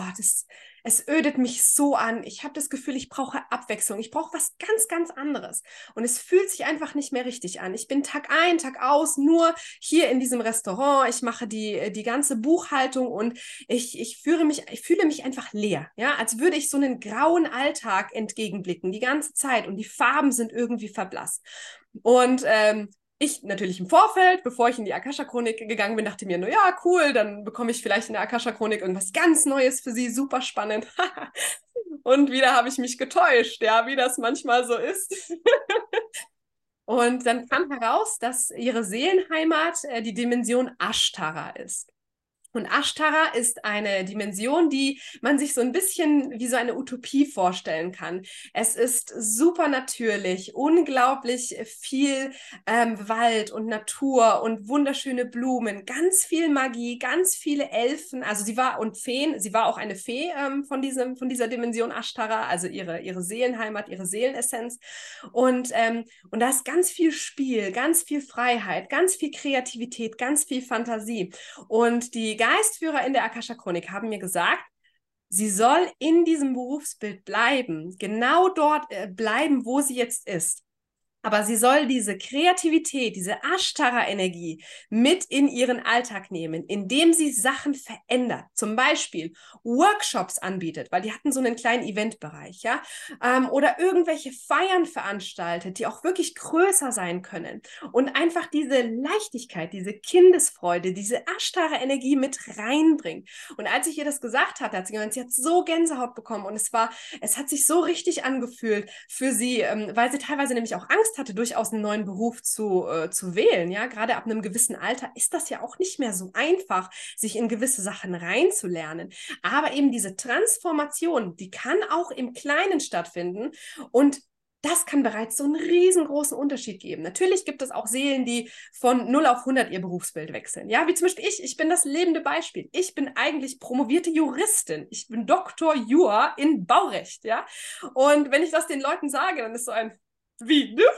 es ödet mich so an. Ich habe das Gefühl, ich brauche Abwechslung. Ich brauche was ganz, ganz anderes. Und es fühlt sich einfach nicht mehr richtig an. Ich bin Tag ein, Tag aus nur hier in diesem Restaurant. Ich mache die ganze Buchhaltung und ich fühle mich einfach leer. Ja? Als würde ich so einen grauen Alltag entgegenblicken, die ganze Zeit. Und die Farben sind irgendwie verblasst. Und ich natürlich im Vorfeld, bevor ich in die Akasha-Chronik gegangen bin, dachte mir, na ja, cool, dann bekomme ich vielleicht in der Akasha-Chronik irgendwas ganz Neues für sie, super spannend. Und wieder habe ich mich getäuscht, ja, wie das manchmal so ist. Und dann kam heraus, dass ihre Seelenheimat die Dimension Ashtara ist. Und Ashtara ist eine Dimension, die man sich so ein bisschen wie so eine Utopie vorstellen kann. Es ist super natürlich, unglaublich viel Wald und Natur und wunderschöne Blumen, ganz viel Magie, ganz viele Elfen. Also sie war und Feen, sie war auch eine Fee von dieser Dimension Ashtara, also ihre Seelenheimat, ihre Seelenessenz. Und da ist ganz viel Spiel, ganz viel Freiheit, ganz viel Kreativität, ganz viel Fantasie. Und die Geistführer in der Akasha-Chronik haben mir gesagt, sie soll in diesem Berufsbild bleiben, genau dort bleiben, wo sie jetzt ist. Aber sie soll diese Kreativität, diese Ashtara-Energie mit in ihren Alltag nehmen, indem sie Sachen verändert. Zum Beispiel Workshops anbietet, weil die hatten so einen kleinen Eventbereich, ja, oder irgendwelche Feiern veranstaltet, die auch wirklich größer sein können. Und einfach diese Leichtigkeit, diese Kindesfreude, diese Ashtara-Energie mit reinbringt. Und als ich ihr das gesagt hatte, hat sie gemeint, sie hat so Gänsehaut bekommen und es hat sich so richtig angefühlt für sie, weil sie teilweise nämlich auch Angst Angst hatte, durchaus einen neuen Beruf zu wählen. Ja, gerade ab einem gewissen Alter ist das ja auch nicht mehr so einfach, sich in gewisse Sachen reinzulernen. Aber eben diese Transformation, die kann auch im Kleinen stattfinden und das kann bereits so einen riesengroßen Unterschied geben. Natürlich gibt es auch Seelen, die von 0 auf 100 ihr Berufsbild wechseln. Ja, wie zum Beispiel ich. Ich bin das lebende Beispiel. Ich bin eigentlich promovierte Juristin. Ich bin Doktor Jur in Baurecht. Ja, und wenn ich das den Leuten sage, dann ist so ein, wie, du?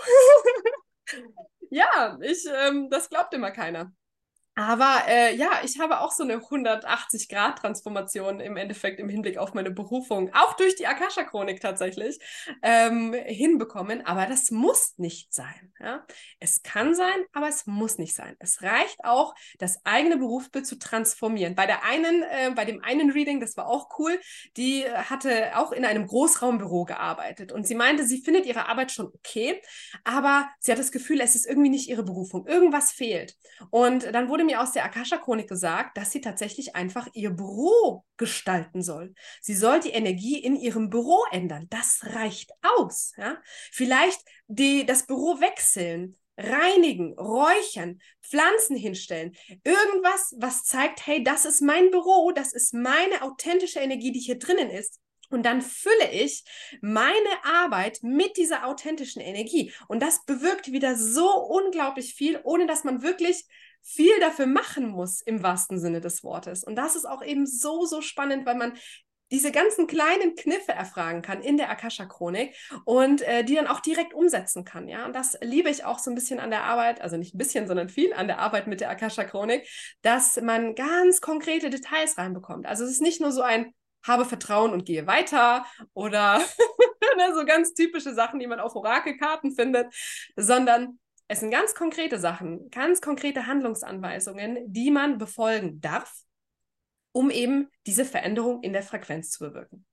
Ja, das glaubt immer keiner. Aber ja, ich habe auch so eine 180-Grad-Transformation im Endeffekt im Hinblick auf meine Berufung, auch durch die Akasha-Chronik tatsächlich, hinbekommen. Aber das muss nicht sein. Ja? Es kann sein, aber es muss nicht sein. Es reicht auch, das eigene Berufsbild zu transformieren. Bei dem einen Reading, das war auch cool, die hatte auch in einem Großraumbüro gearbeitet. Und sie meinte, sie findet ihre Arbeit schon okay, aber sie hat das Gefühl, es ist irgendwie nicht ihre Berufung. Irgendwas fehlt. Und dann wurde mir aus der Akasha-Chronik gesagt, dass sie tatsächlich einfach ihr Büro gestalten soll. Sie soll die Energie in ihrem Büro ändern. Das reicht aus. Ja? Vielleicht das Büro wechseln, reinigen, räuchern, Pflanzen hinstellen. Irgendwas, was zeigt, hey, das ist mein Büro, das ist meine authentische Energie, die hier drinnen ist. Und dann fülle ich meine Arbeit mit dieser authentischen Energie. Und das bewirkt wieder so unglaublich viel, ohne dass man wirklich viel dafür machen muss, im wahrsten Sinne des Wortes. Und das ist auch eben so, so spannend, weil man diese ganzen kleinen Kniffe erfragen kann in der Akasha-Chronik und die dann auch direkt umsetzen kann. Ja? Und das liebe ich auch so ein bisschen an der Arbeit, also nicht ein bisschen, sondern viel an der Arbeit mit der Akasha-Chronik, dass man ganz konkrete Details reinbekommt. Also es ist nicht nur so ein habe Vertrauen und gehe weiter oder so ganz typische Sachen, die man auf Orakelkarten findet, sondern es sind ganz konkrete Sachen, ganz konkrete Handlungsanweisungen, die man befolgen darf, um eben diese Veränderung in der Frequenz zu bewirken.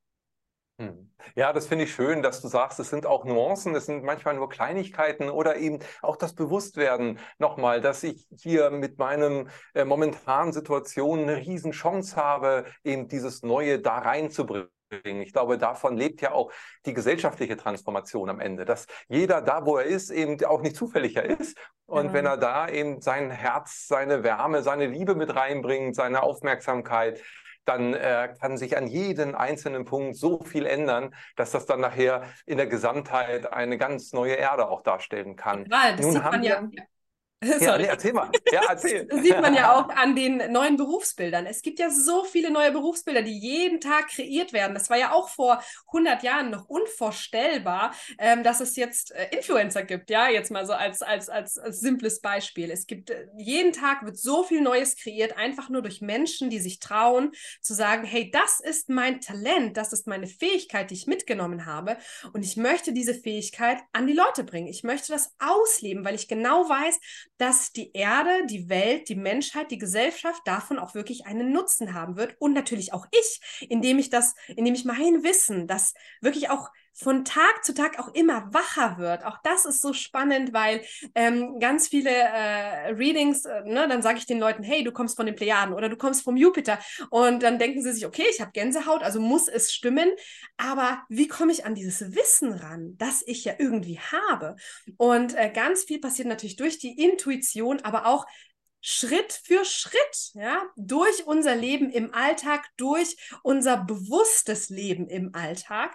Ja, das finde ich schön, dass du sagst, es sind auch Nuancen, es sind manchmal nur Kleinigkeiten oder eben auch das Bewusstwerden nochmal, dass ich hier mit meinem momentanen Situation eine Riesenchance habe, eben dieses Neue da reinzubringen. Ich glaube, davon lebt ja auch die gesellschaftliche Transformation am Ende, dass jeder da, wo er ist, eben auch nicht zufälliger ist. Und wenn er da eben sein Herz, seine Wärme, seine Liebe mit reinbringt, seine Aufmerksamkeit, dann kann sich an jedem einzelnen Punkt so viel ändern, dass das dann nachher in der Gesamtheit eine ganz neue Erde auch darstellen kann. Ja, das Nun sieht man ja. Ja, nee, erzähl mal. Ja, erzähl. Das sieht man ja auch an den neuen Berufsbildern. Es gibt ja so viele neue Berufsbilder, die jeden Tag kreiert werden. Das war ja auch vor 100 Jahren noch unvorstellbar, dass es jetzt Influencer gibt. Ja, jetzt mal so als simples Beispiel. Es gibt, jeden Tag wird so viel Neues kreiert, einfach nur durch Menschen, die sich trauen, zu sagen, hey, das ist mein Talent, das ist meine Fähigkeit, die ich mitgenommen habe. Und ich möchte diese Fähigkeit an die Leute bringen. Ich möchte das ausleben, weil ich genau weiß, dass die Erde, die Welt, die Menschheit, die Gesellschaft davon auch wirklich einen Nutzen haben wird und natürlich auch ich, indem ich mein Wissen, das wirklich auch von Tag zu Tag auch immer wacher wird. Auch das ist so spannend, weil ganz viele Readings, dann sage ich den Leuten, hey, du kommst von den Plejaden oder du kommst vom Jupiter und dann denken sie sich, okay, ich habe Gänsehaut, also muss es stimmen, aber wie komme ich an dieses Wissen ran, das ich ja irgendwie habe? Und ganz viel passiert natürlich durch die Intuition, aber auch Schritt für Schritt, ja, durch unser Leben im Alltag, durch unser bewusstes Leben im Alltag,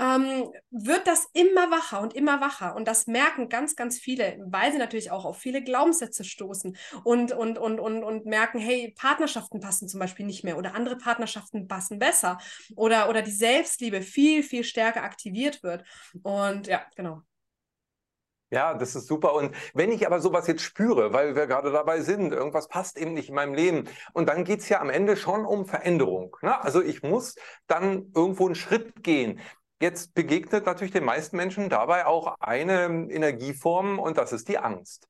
wird das immer wacher und immer wacher. Und das merken ganz, ganz viele, weil sie natürlich auch auf viele Glaubenssätze stoßen und merken, hey, Partnerschaften passen zum Beispiel nicht mehr oder andere Partnerschaften passen besser oder die Selbstliebe viel, viel stärker aktiviert wird. Und ja, genau. Ja, das ist super. Und wenn ich aber sowas jetzt spüre, weil wir gerade dabei sind, irgendwas passt eben nicht in meinem Leben, und dann geht es ja am Ende schon um Veränderung. Ne? Also ich muss dann irgendwo einen Schritt gehen. Jetzt begegnet natürlich den meisten Menschen dabei auch eine Energieform, und das ist die Angst.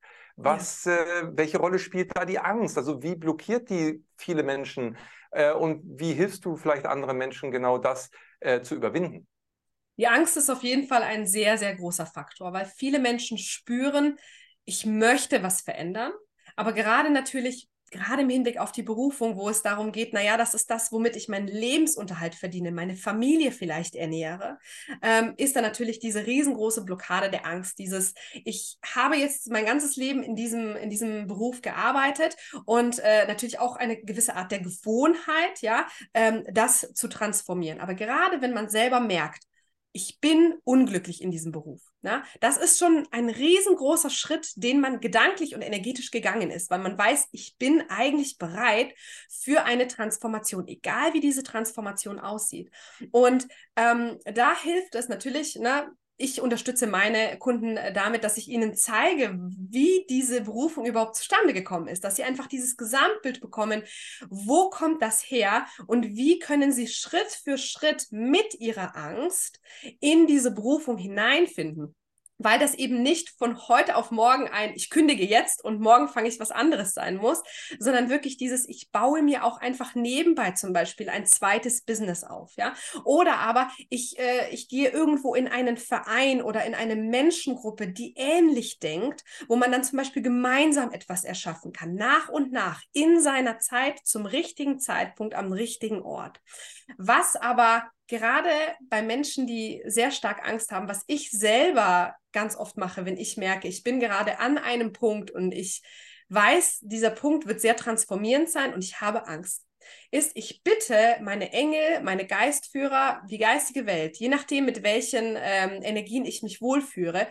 Welche Rolle spielt da die Angst? Also wie blockiert die viele Menschen? Und wie hilfst du vielleicht anderen Menschen genau das zu überwinden? Die Angst ist auf jeden Fall ein sehr, sehr großer Faktor, weil viele Menschen spüren, ich möchte was verändern, aber gerade gerade im Hinblick auf die Berufung, wo es darum geht, naja, das ist das, womit ich meinen Lebensunterhalt verdiene, meine Familie vielleicht ernähre, ist da natürlich diese riesengroße Blockade der Angst, ich habe jetzt mein ganzes Leben in diesem Beruf gearbeitet und natürlich auch eine gewisse Art der Gewohnheit, ja, das zu transformieren. Aber gerade wenn man selber merkt, ich bin unglücklich in diesem Beruf. Na? Das ist schon ein riesengroßer Schritt, den man gedanklich und energetisch gegangen ist, weil man weiß, ich bin eigentlich bereit für eine Transformation, egal wie diese Transformation aussieht. Und da hilft es natürlich, ne, ich unterstütze meine Kunden damit, dass ich ihnen zeige, wie diese Berufung überhaupt zustande gekommen ist, dass sie einfach dieses Gesamtbild bekommen, wo kommt das her und wie können sie Schritt für Schritt mit ihrer Angst in diese Berufung hineinfinden. Weil das eben nicht von heute auf morgen ich kündige jetzt und morgen fange ich was anderes sein muss, sondern wirklich ich baue mir auch einfach nebenbei zum Beispiel ein zweites Business auf, ja. Oder aber ich gehe irgendwo in einen Verein oder in eine Menschengruppe, die ähnlich denkt, wo man dann zum Beispiel gemeinsam etwas erschaffen kann, nach und nach, in seiner Zeit, zum richtigen Zeitpunkt, am richtigen Ort. Was aber gerade bei Menschen, die sehr stark Angst haben, was ich selber ganz oft mache, wenn ich merke, ich bin gerade an einem Punkt und ich weiß, dieser Punkt wird sehr transformierend sein und ich habe Angst, ich bitte meine Engel, meine Geistführer, die geistige Welt, je nachdem, mit welchen Energien ich mich wohlfühle,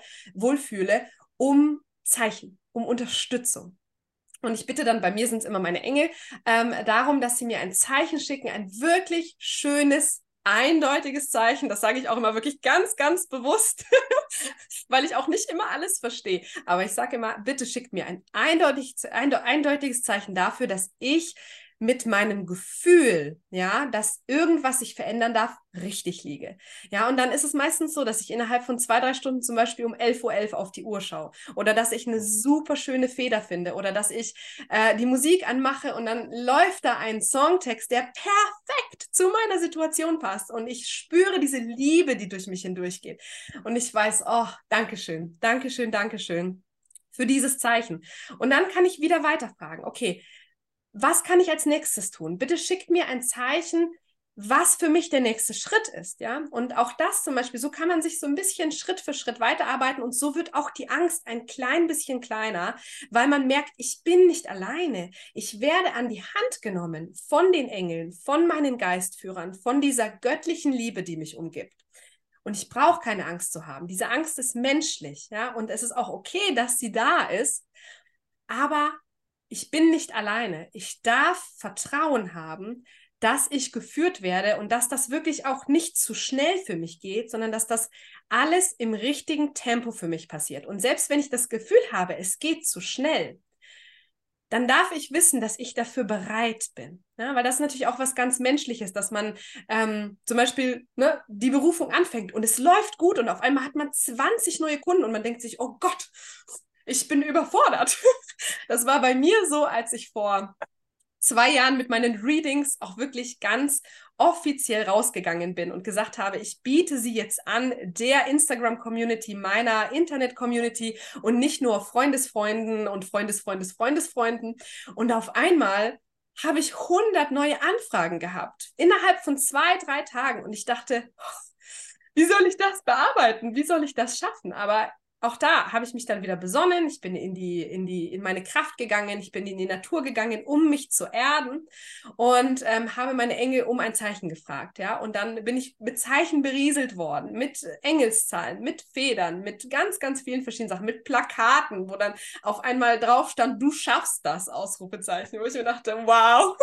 um Zeichen, um Unterstützung. Und ich bitte dann, bei mir sind es immer meine Engel, darum, dass sie mir ein Zeichen schicken, ein wirklich schönes, eindeutiges Zeichen. Das sage ich auch immer wirklich ganz, ganz bewusst, weil ich auch nicht immer alles verstehe. Aber ich sage immer, bitte schickt mir ein eindeutiges Zeichen dafür, dass ich mit meinem Gefühl, ja, dass irgendwas sich verändern darf, richtig liege. Ja, und dann ist es meistens so, dass ich innerhalb von 2-3 Stunden zum Beispiel um 11:11 Uhr auf die Uhr schaue oder dass ich eine super schöne Feder finde oder dass ich die Musik anmache und dann läuft da ein Songtext, der perfekt zu meiner Situation passt und ich spüre diese Liebe, die durch mich hindurchgeht. Und ich weiß, oh, Dankeschön, Dankeschön, Dankeschön für dieses Zeichen. Und dann kann ich wieder weiterfragen, okay, was kann ich als nächstes tun? Bitte schickt mir ein Zeichen, was für mich der nächste Schritt ist, ja? Und auch das zum Beispiel, so kann man sich so ein bisschen Schritt für Schritt weiterarbeiten und so wird auch die Angst ein klein bisschen kleiner, weil man merkt, ich bin nicht alleine. Ich werde an die Hand genommen von den Engeln, von meinen Geistführern, von dieser göttlichen Liebe, die mich umgibt. Und ich brauche keine Angst zu haben. Diese Angst ist menschlich, ja? Und es ist auch okay, dass sie da ist, aber ich bin nicht alleine. Ich darf Vertrauen haben, dass ich geführt werde und dass das wirklich auch nicht zu schnell für mich geht, sondern dass das alles im richtigen Tempo für mich passiert. Und selbst wenn ich das Gefühl habe, es geht zu schnell, dann darf ich wissen, dass ich dafür bereit bin. Ja, weil das ist natürlich auch was ganz Menschliches, dass man zum Beispiel die Berufung anfängt und es läuft gut und auf einmal hat man 20 neue Kunden und man denkt sich, oh Gott, ich bin überfordert. Das war bei mir so, als ich vor 2 Jahren mit meinen Readings auch wirklich ganz offiziell rausgegangen bin und gesagt habe, ich biete sie jetzt an, der Instagram-Community, meiner Internet-Community und nicht nur Freundesfreunden und Freundesfreunden. Und auf einmal habe ich 100 neue Anfragen gehabt, innerhalb von 2-3 Tagen. Und ich dachte, wie soll ich das bearbeiten? Wie soll ich das schaffen? Aber auch da habe ich mich dann wieder besonnen. Ich bin in meine Kraft gegangen. Ich bin in die Natur gegangen, um mich zu erden und habe meine Engel um ein Zeichen gefragt. Ja? Und dann bin ich mit Zeichen berieselt worden, mit Engelszahlen, mit Federn, mit ganz, ganz vielen verschiedenen Sachen, mit Plakaten, wo dann auf einmal drauf stand, du schaffst das, Ausrufezeichen. Wo ich mir dachte, wow,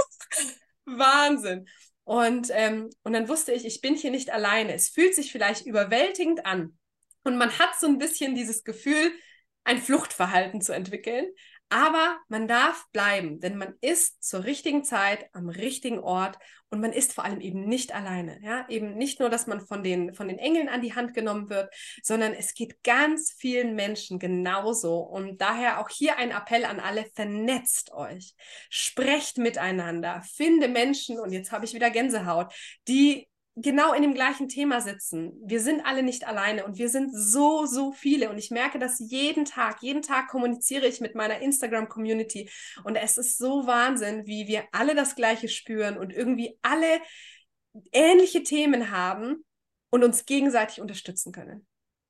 Wahnsinn. Und dann wusste ich bin hier nicht alleine. Es fühlt sich vielleicht überwältigend an. Und man hat so ein bisschen dieses Gefühl, ein Fluchtverhalten zu entwickeln. Aber man darf bleiben, denn man ist zur richtigen Zeit am richtigen Ort und man ist vor allem eben nicht alleine. Ja? Eben nicht nur, dass man von den Engeln an die Hand genommen wird, sondern es geht ganz vielen Menschen genauso. Und daher auch hier ein Appell an alle, vernetzt euch, sprecht miteinander, finde Menschen, und jetzt habe ich wieder Gänsehaut, die genau in dem gleichen Thema sitzen. Wir sind alle nicht alleine und wir sind so, so viele. Und ich merke das jeden Tag kommuniziere ich mit meiner Instagram-Community. Und es ist so Wahnsinn, wie wir alle das Gleiche spüren und irgendwie alle ähnliche Themen haben und uns gegenseitig unterstützen können.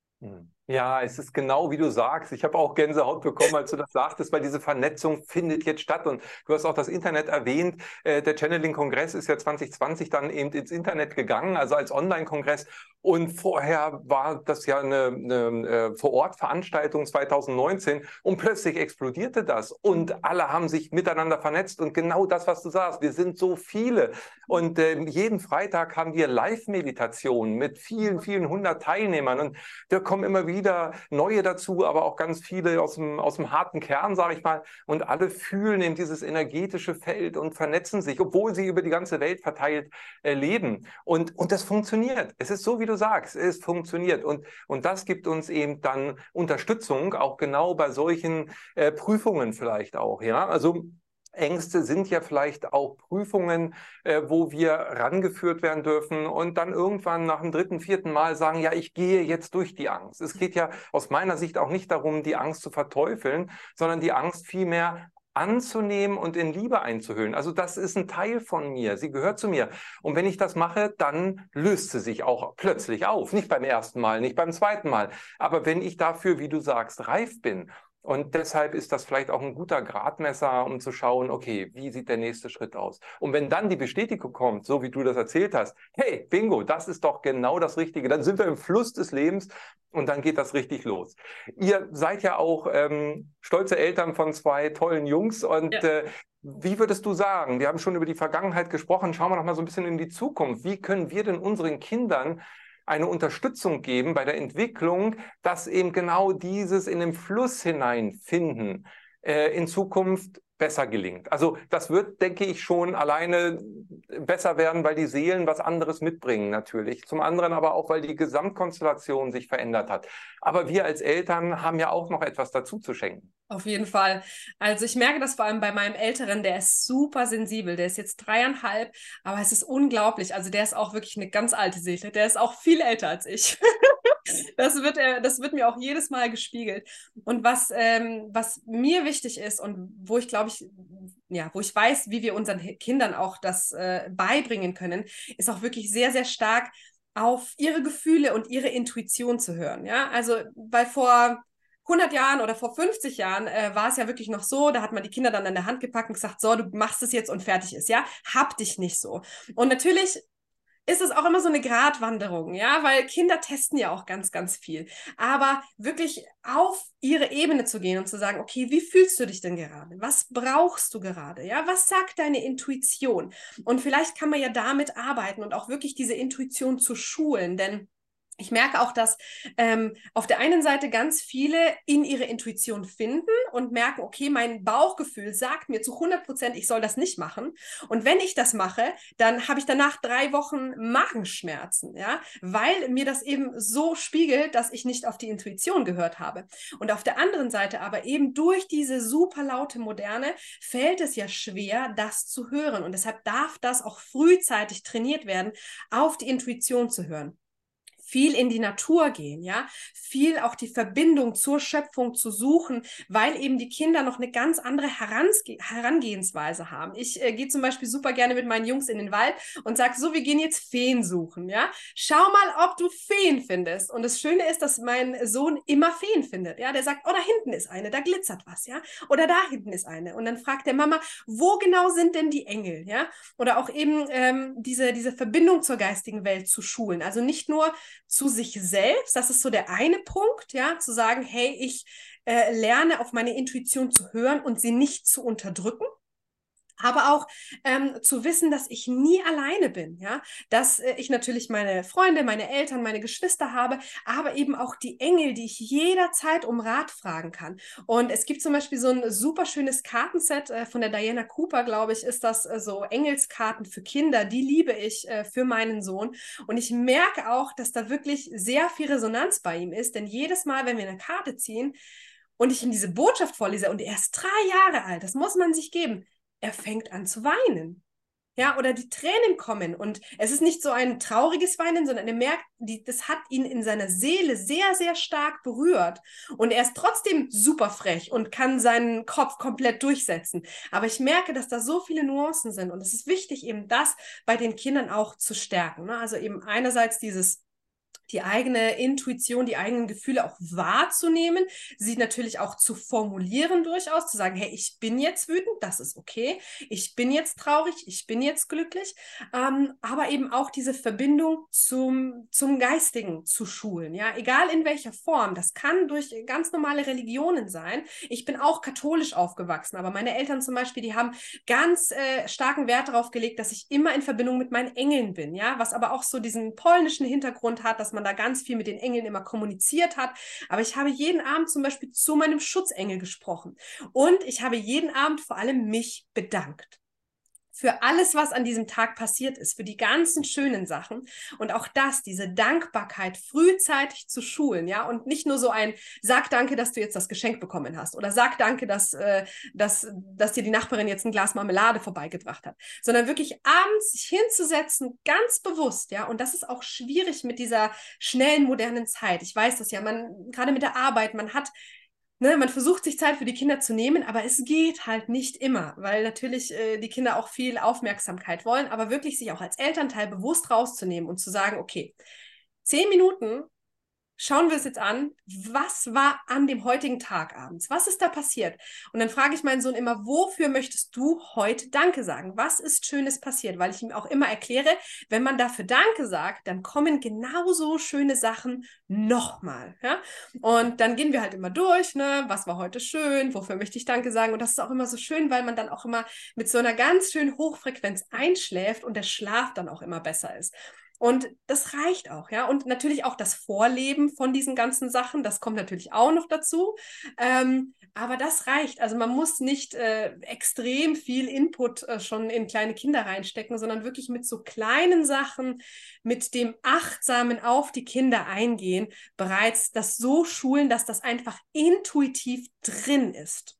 Ja, es ist genau wie du sagst. Ich habe auch Gänsehaut bekommen, als du das sagtest, weil diese Vernetzung findet jetzt statt. Und du hast auch das Internet erwähnt. Der Channeling-Kongress ist ja 2020 dann eben ins Internet gegangen, also als Online-Kongress. Und vorher war das ja eine Vor-Ort-Veranstaltung 2019 und plötzlich explodierte das. Und alle haben sich miteinander vernetzt. Und genau das, was du sagst, wir sind so viele. Und jeden Freitag haben wir Live-Meditationen mit vielen, vielen hundert Teilnehmern. Und da kommen immer wieder neue dazu, aber auch ganz viele aus dem harten Kern, sage ich mal. Und alle fühlen eben dieses energetische Feld und vernetzen sich, obwohl sie über die ganze Welt verteilt leben. Und das funktioniert. Es ist so, wie du sagst, es funktioniert. Und das gibt uns eben dann Unterstützung, auch genau bei solchen Prüfungen vielleicht auch. Ja, also Ängste sind ja vielleicht auch Prüfungen, wo wir rangeführt werden dürfen und dann irgendwann nach dem dritten, vierten Mal sagen, ja, ich gehe jetzt durch die Angst. Es geht ja aus meiner Sicht auch nicht darum, die Angst zu verteufeln, sondern die Angst vielmehr anzunehmen und in Liebe einzuhüllen. Also das ist ein Teil von mir, sie gehört zu mir. Und wenn ich das mache, dann löst sie sich auch plötzlich auf. Nicht beim ersten Mal, nicht beim zweiten Mal. Aber wenn ich dafür, wie du sagst, reif bin, und deshalb ist das vielleicht auch ein guter Gradmesser, um zu schauen, okay, wie sieht der nächste Schritt aus? Und wenn dann die Bestätigung kommt, so wie du das erzählt hast, hey, bingo, das ist doch genau das Richtige, dann sind wir im Fluss des Lebens und dann geht das richtig los. Ihr seid ja auch stolze Eltern von zwei tollen Jungs und wie würdest du sagen, wir haben schon über die Vergangenheit gesprochen, schauen wir noch mal so ein bisschen in die Zukunft. Wie können wir denn unseren Kindern eine Unterstützung geben bei der Entwicklung, dass eben genau dieses in den Fluss hineinfinden in Zukunft besser gelingt. Also das wird, denke ich, schon alleine besser werden, weil die Seelen was anderes mitbringen natürlich. Zum anderen aber auch, weil die Gesamtkonstellation sich verändert hat. Aber wir als Eltern haben ja auch noch etwas dazu zu schenken. Auf jeden Fall. Also ich merke das vor allem bei meinem Älteren, der ist super sensibel, der ist jetzt 3,5, aber es ist unglaublich. Also der ist auch wirklich eine ganz alte Seele, der ist auch viel älter als ich. Das wird mir auch jedes Mal gespiegelt. Und was mir wichtig ist und wo ich glaube ich, ja, wo ich weiß, wie wir unseren Kindern auch das beibringen können, ist auch wirklich sehr, sehr stark auf ihre Gefühle und ihre Intuition zu hören. Ja, also weil vor 100 Jahren oder vor 50 Jahren war es ja wirklich noch so, da hat man die Kinder dann an der Hand gepackt und gesagt, so, du machst es jetzt und fertig ist, ja, hab dich nicht so. Und natürlich ist es auch immer so eine Gratwanderung, ja, weil Kinder testen ja auch ganz, ganz viel. Aber wirklich auf ihre Ebene zu gehen und zu sagen, okay, wie fühlst du dich denn gerade? Was brauchst du gerade? Ja, was sagt deine Intuition? Und vielleicht kann man ja damit arbeiten und auch wirklich diese Intuition zu schulen, denn ich merke auch, dass auf der einen Seite ganz viele in ihre Intuition finden und merken, okay, mein Bauchgefühl sagt mir zu 100%, ich soll das nicht machen. Und wenn ich das mache, dann habe ich danach 3 Wochen Magenschmerzen, ja, weil mir das eben so spiegelt, dass ich nicht auf die Intuition gehört habe. Und auf der anderen Seite aber eben durch diese super laute Moderne fällt es ja schwer, das zu hören. Und deshalb darf das auch frühzeitig trainiert werden, auf die Intuition zu hören. Viel in die Natur gehen, ja, viel auch die Verbindung zur Schöpfung zu suchen, weil eben die Kinder noch eine ganz andere Herangehensweise haben. Ich gehe zum Beispiel super gerne mit meinen Jungs in den Wald und sage, so, wir gehen jetzt Feen suchen, ja. Schau mal, ob du Feen findest. Und das Schöne ist, dass mein Sohn immer Feen findet, ja. Der sagt, oh, da hinten ist eine, da glitzert was, ja. Oder da hinten ist eine. Und dann fragt der Mama, wo genau sind denn die Engel, ja. Oder auch eben diese Verbindung zur geistigen Welt zu schulen. Also nicht nur zu sich selbst, das ist so der eine Punkt, ja, zu sagen, hey, ich lerne auf meine Intuition zu hören und sie nicht zu unterdrücken, aber auch zu wissen, dass ich nie alleine bin, ja, dass ich natürlich meine Freunde, meine Eltern, meine Geschwister habe, aber eben auch die Engel, die ich jederzeit um Rat fragen kann. Und es gibt zum Beispiel so ein super schönes Kartenset von der Diana Cooper, glaube ich, ist das so Engelskarten für Kinder, die liebe ich für meinen Sohn. Und ich merke auch, dass da wirklich sehr viel Resonanz bei ihm ist, denn jedes Mal, wenn wir eine Karte ziehen und ich ihm diese Botschaft vorlese und er ist 3 Jahre alt, das muss man sich geben, er fängt an zu weinen. Ja, oder die Tränen kommen und es ist nicht so ein trauriges Weinen, sondern er merkt, das hat ihn in seiner Seele sehr, sehr stark berührt und er ist trotzdem super frech und kann seinen Kopf komplett durchsetzen. Aber ich merke, dass da so viele Nuancen sind und es ist wichtig, eben das bei den Kindern auch zu stärken. Ne? Also eben einerseits die eigene Intuition, die eigenen Gefühle auch wahrzunehmen, sie natürlich auch zu formulieren durchaus, zu sagen, hey, ich bin jetzt wütend, das ist okay, ich bin jetzt traurig, ich bin jetzt glücklich, aber eben auch diese Verbindung zum Geistigen zu schulen, ja, egal in welcher Form, das kann durch ganz normale Religionen sein. Ich bin auch katholisch aufgewachsen, aber meine Eltern zum Beispiel, die haben ganz starken Wert darauf gelegt, dass ich immer in Verbindung mit meinen Engeln bin, ja, was aber auch so diesen polnischen Hintergrund hat, dass man da ganz viel mit den Engeln immer kommuniziert hat. Aber ich habe jeden Abend zum Beispiel zu meinem Schutzengel gesprochen. Und ich habe jeden Abend vor allem mich bedankt. Für alles, was an diesem Tag passiert ist, für die ganzen schönen Sachen und auch das, diese Dankbarkeit frühzeitig zu schulen, ja, und nicht nur so ein Sag danke, dass du jetzt das Geschenk bekommen hast oder sag danke, dass dir die Nachbarin jetzt ein Glas Marmelade vorbeigebracht hat, sondern wirklich abends sich hinzusetzen, ganz bewusst, ja, und das ist auch schwierig mit dieser schnellen, modernen Zeit. Ich weiß das ja, gerade mit der Arbeit, man versucht sich Zeit für die Kinder zu nehmen, aber es geht halt nicht immer, weil natürlich die Kinder auch viel Aufmerksamkeit wollen, aber wirklich sich auch als Elternteil bewusst rauszunehmen und zu sagen, okay, 10 Minuten schauen wir es jetzt an, was war an dem heutigen Tag abends? Was ist da passiert? Und dann frage ich meinen Sohn immer, wofür möchtest du heute Danke sagen? Was ist Schönes passiert? Weil ich ihm auch immer erkläre, wenn man dafür Danke sagt, dann kommen genauso schöne Sachen nochmal. Ja? Und dann gehen wir halt immer durch, ne? Was war heute schön? Wofür möchte ich Danke sagen? Und das ist auch immer so schön, weil man dann auch immer mit so einer ganz schönen Hochfrequenz einschläft und der Schlaf dann auch immer besser ist. Und das reicht auch, ja. Und natürlich auch das Vorleben von diesen ganzen Sachen, das kommt natürlich auch noch dazu. Aber das reicht. Also man muss nicht extrem viel Input schon in kleine Kinder reinstecken, sondern wirklich mit so kleinen Sachen, mit dem achtsamen auf die Kinder eingehen, bereits das so schulen, dass das einfach intuitiv drin ist.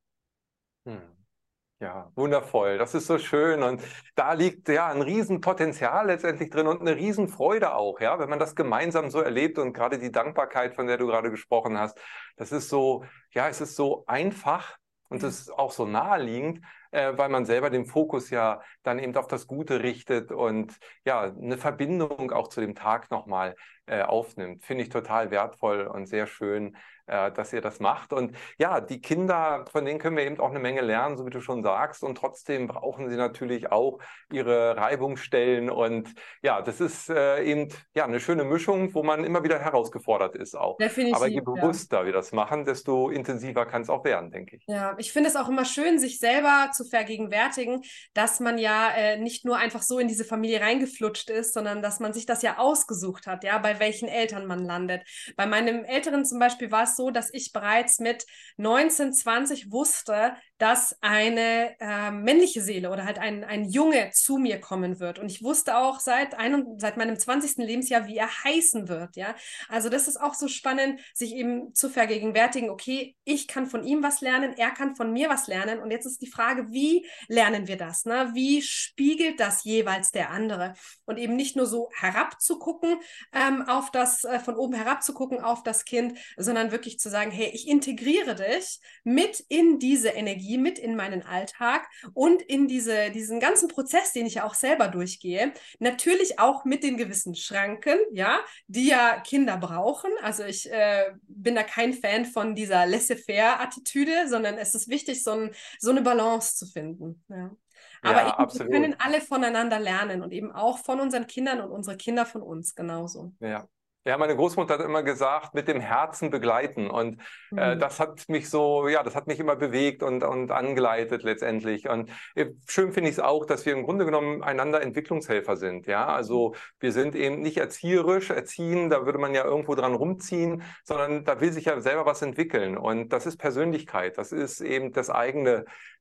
Ja, wundervoll. Das ist so schön. Und da liegt ja ein Riesenpotenzial letztendlich drin und eine Riesenfreude auch, ja, wenn man das gemeinsam so erlebt und gerade die Dankbarkeit, von der du gerade gesprochen hast, das ist so, ja, es ist so einfach und es ist auch so naheliegend, weil man selber den Fokus ja dann eben auf das Gute richtet und ja, eine Verbindung auch zu dem Tag nochmal aufnimmt. Finde ich total wertvoll und sehr schön, dass ihr das macht. Und ja, die Kinder, von denen können wir eben auch eine Menge lernen, so wie du schon sagst. Und trotzdem brauchen sie natürlich auch ihre Reibungsstellen. Und ja, das ist eben ja eine schöne Mischung, wo man immer wieder herausgefordert ist auch. Definitiv, Aber je ja. bewusster wir das machen, desto intensiver kann es auch werden, denke ich. Ja, ich finde es auch immer schön, sich selber zu vergegenwärtigen, dass man ja nicht nur einfach so in diese Familie reingeflutscht ist, sondern dass man sich das ja ausgesucht hat, ja, bei welchen Eltern man landet. Bei meinem Älteren zum Beispiel war es so, dass ich bereits mit 19, 20 wusste, dass eine männliche Seele oder halt ein Junge zu mir kommen wird. Und ich wusste auch seit meinem 20. Lebensjahr, wie er heißen wird, ja. Also das ist auch so spannend, sich eben zu vergegenwärtigen, okay, ich kann von ihm was lernen, er kann von mir was lernen. Und jetzt ist die Frage, wie lernen wir das? Ne? Wie spiegelt das jeweils der andere? Und eben nicht nur so herabzugucken auf von oben herabzugucken auf das Kind, sondern wirklich zu sagen, hey, ich integriere dich mit in diese Energie, mit in meinen Alltag und in diesen ganzen Prozess, den ich ja auch selber durchgehe. Natürlich auch mit den gewissen Schranken, ja, die ja Kinder brauchen. Also ich bin da kein Fan von dieser Laissez-faire-Attitüde, sondern es ist wichtig, so eine Balance zu finden. Ja. Aber Ja, eben, wir absolut. können alle voneinander lernen und eben auch von unseren Kindern und unsere Kinder von uns genauso. Ja. Ja, meine Großmutter hat immer gesagt, mit dem Herzen begleiten. Und das hat mich so, ja, das hat mich immer bewegt und angeleitet letztendlich. Und schön finde ich es auch, dass wir im Grunde genommen einander Entwicklungshelfer sind. Ja, also wir sind eben nicht erzieherisch, erziehen, da würde man ja irgendwo dran rumziehen, sondern da will sich ja selber was entwickeln. Und das ist Persönlichkeit, das ist eben das eigene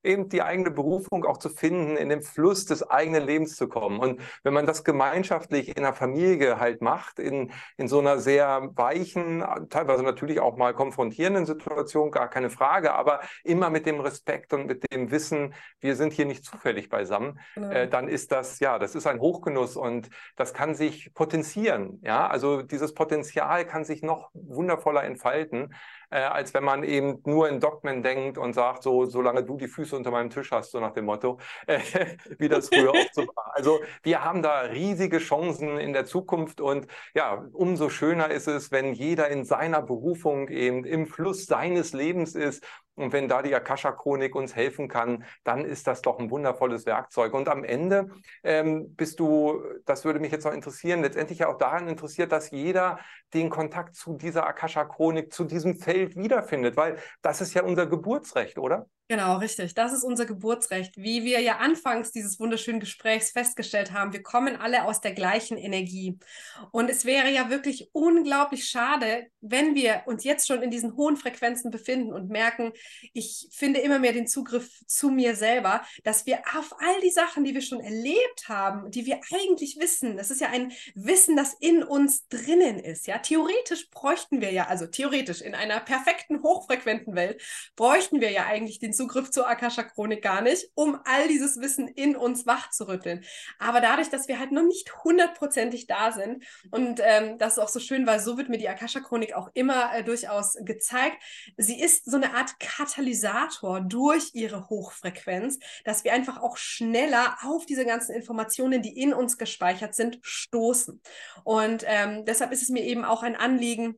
eben die eigene Berufung auch zu finden, in den Fluss des eigenen Lebens zu kommen. Und wenn man das gemeinschaftlich in der Familie halt macht, in so einer sehr weichen, teilweise natürlich auch mal konfrontierenden Situation, gar keine Frage, aber immer mit dem Respekt und mit dem Wissen, wir sind hier nicht zufällig beisammen, dann ist das, ja, das ist ein Hochgenuss und das kann sich potenzieren. Ja? Also dieses Potenzial kann sich noch wundervoller entfalten, als wenn man eben nur in Dogmen denkt und sagt, so, solange du die Füße unter meinem Tisch hast, so nach dem Motto, wie das früher oft so war. Also wir haben da riesige Chancen in der Zukunft und ja, umso schöner ist es, wenn jeder in seiner Berufung eben im Fluss seines Lebens ist. Und wenn da die Akasha-Chronik uns helfen kann, dann ist das doch ein wundervolles Werkzeug. Und am Ende bist du, das würde mich jetzt noch interessieren, letztendlich ja auch daran interessiert, dass jeder den Kontakt zu dieser Akasha-Chronik, zu diesem Feld wiederfindet, weil das ist ja unser Geburtsrecht, oder? Genau, richtig. Das ist unser Geburtsrecht. Wie wir ja anfangs dieses wunderschönen Gesprächs festgestellt haben, wir kommen alle aus der gleichen Energie. Und es wäre ja wirklich unglaublich schade, wenn wir uns jetzt schon in diesen hohen Frequenzen befinden und merken, ich finde immer mehr den Zugriff zu mir selber, dass wir auf all die Sachen, die wir schon erlebt haben, die wir eigentlich wissen, das ist ja ein Wissen, das in uns drinnen ist. Ja, theoretisch bräuchten wir ja, also theoretisch in einer perfekten, hochfrequenten Welt, bräuchten wir ja eigentlich den Zugriff zur Akasha-Chronik gar nicht, um all dieses Wissen in uns wach zu rütteln. Aber dadurch, dass wir halt noch nicht hundertprozentig da sind und das ist auch so schön, weil so wird mir die Akasha-Chronik auch immer durchaus gezeigt, sie ist so eine Art Katalysator durch ihre Hochfrequenz, dass wir einfach auch schneller auf diese ganzen Informationen, die in uns gespeichert sind, stoßen. Und deshalb ist es mir eben auch ein Anliegen,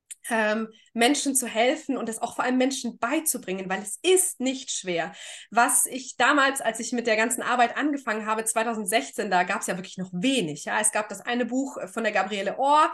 Menschen zu helfen und es auch vor allem Menschen beizubringen, weil es ist nicht schwer. Was ich damals, als ich mit der ganzen Arbeit angefangen habe, 2016, da gab es ja wirklich noch wenig. Ja? Es gab das eine Buch von der Gabriele Orr,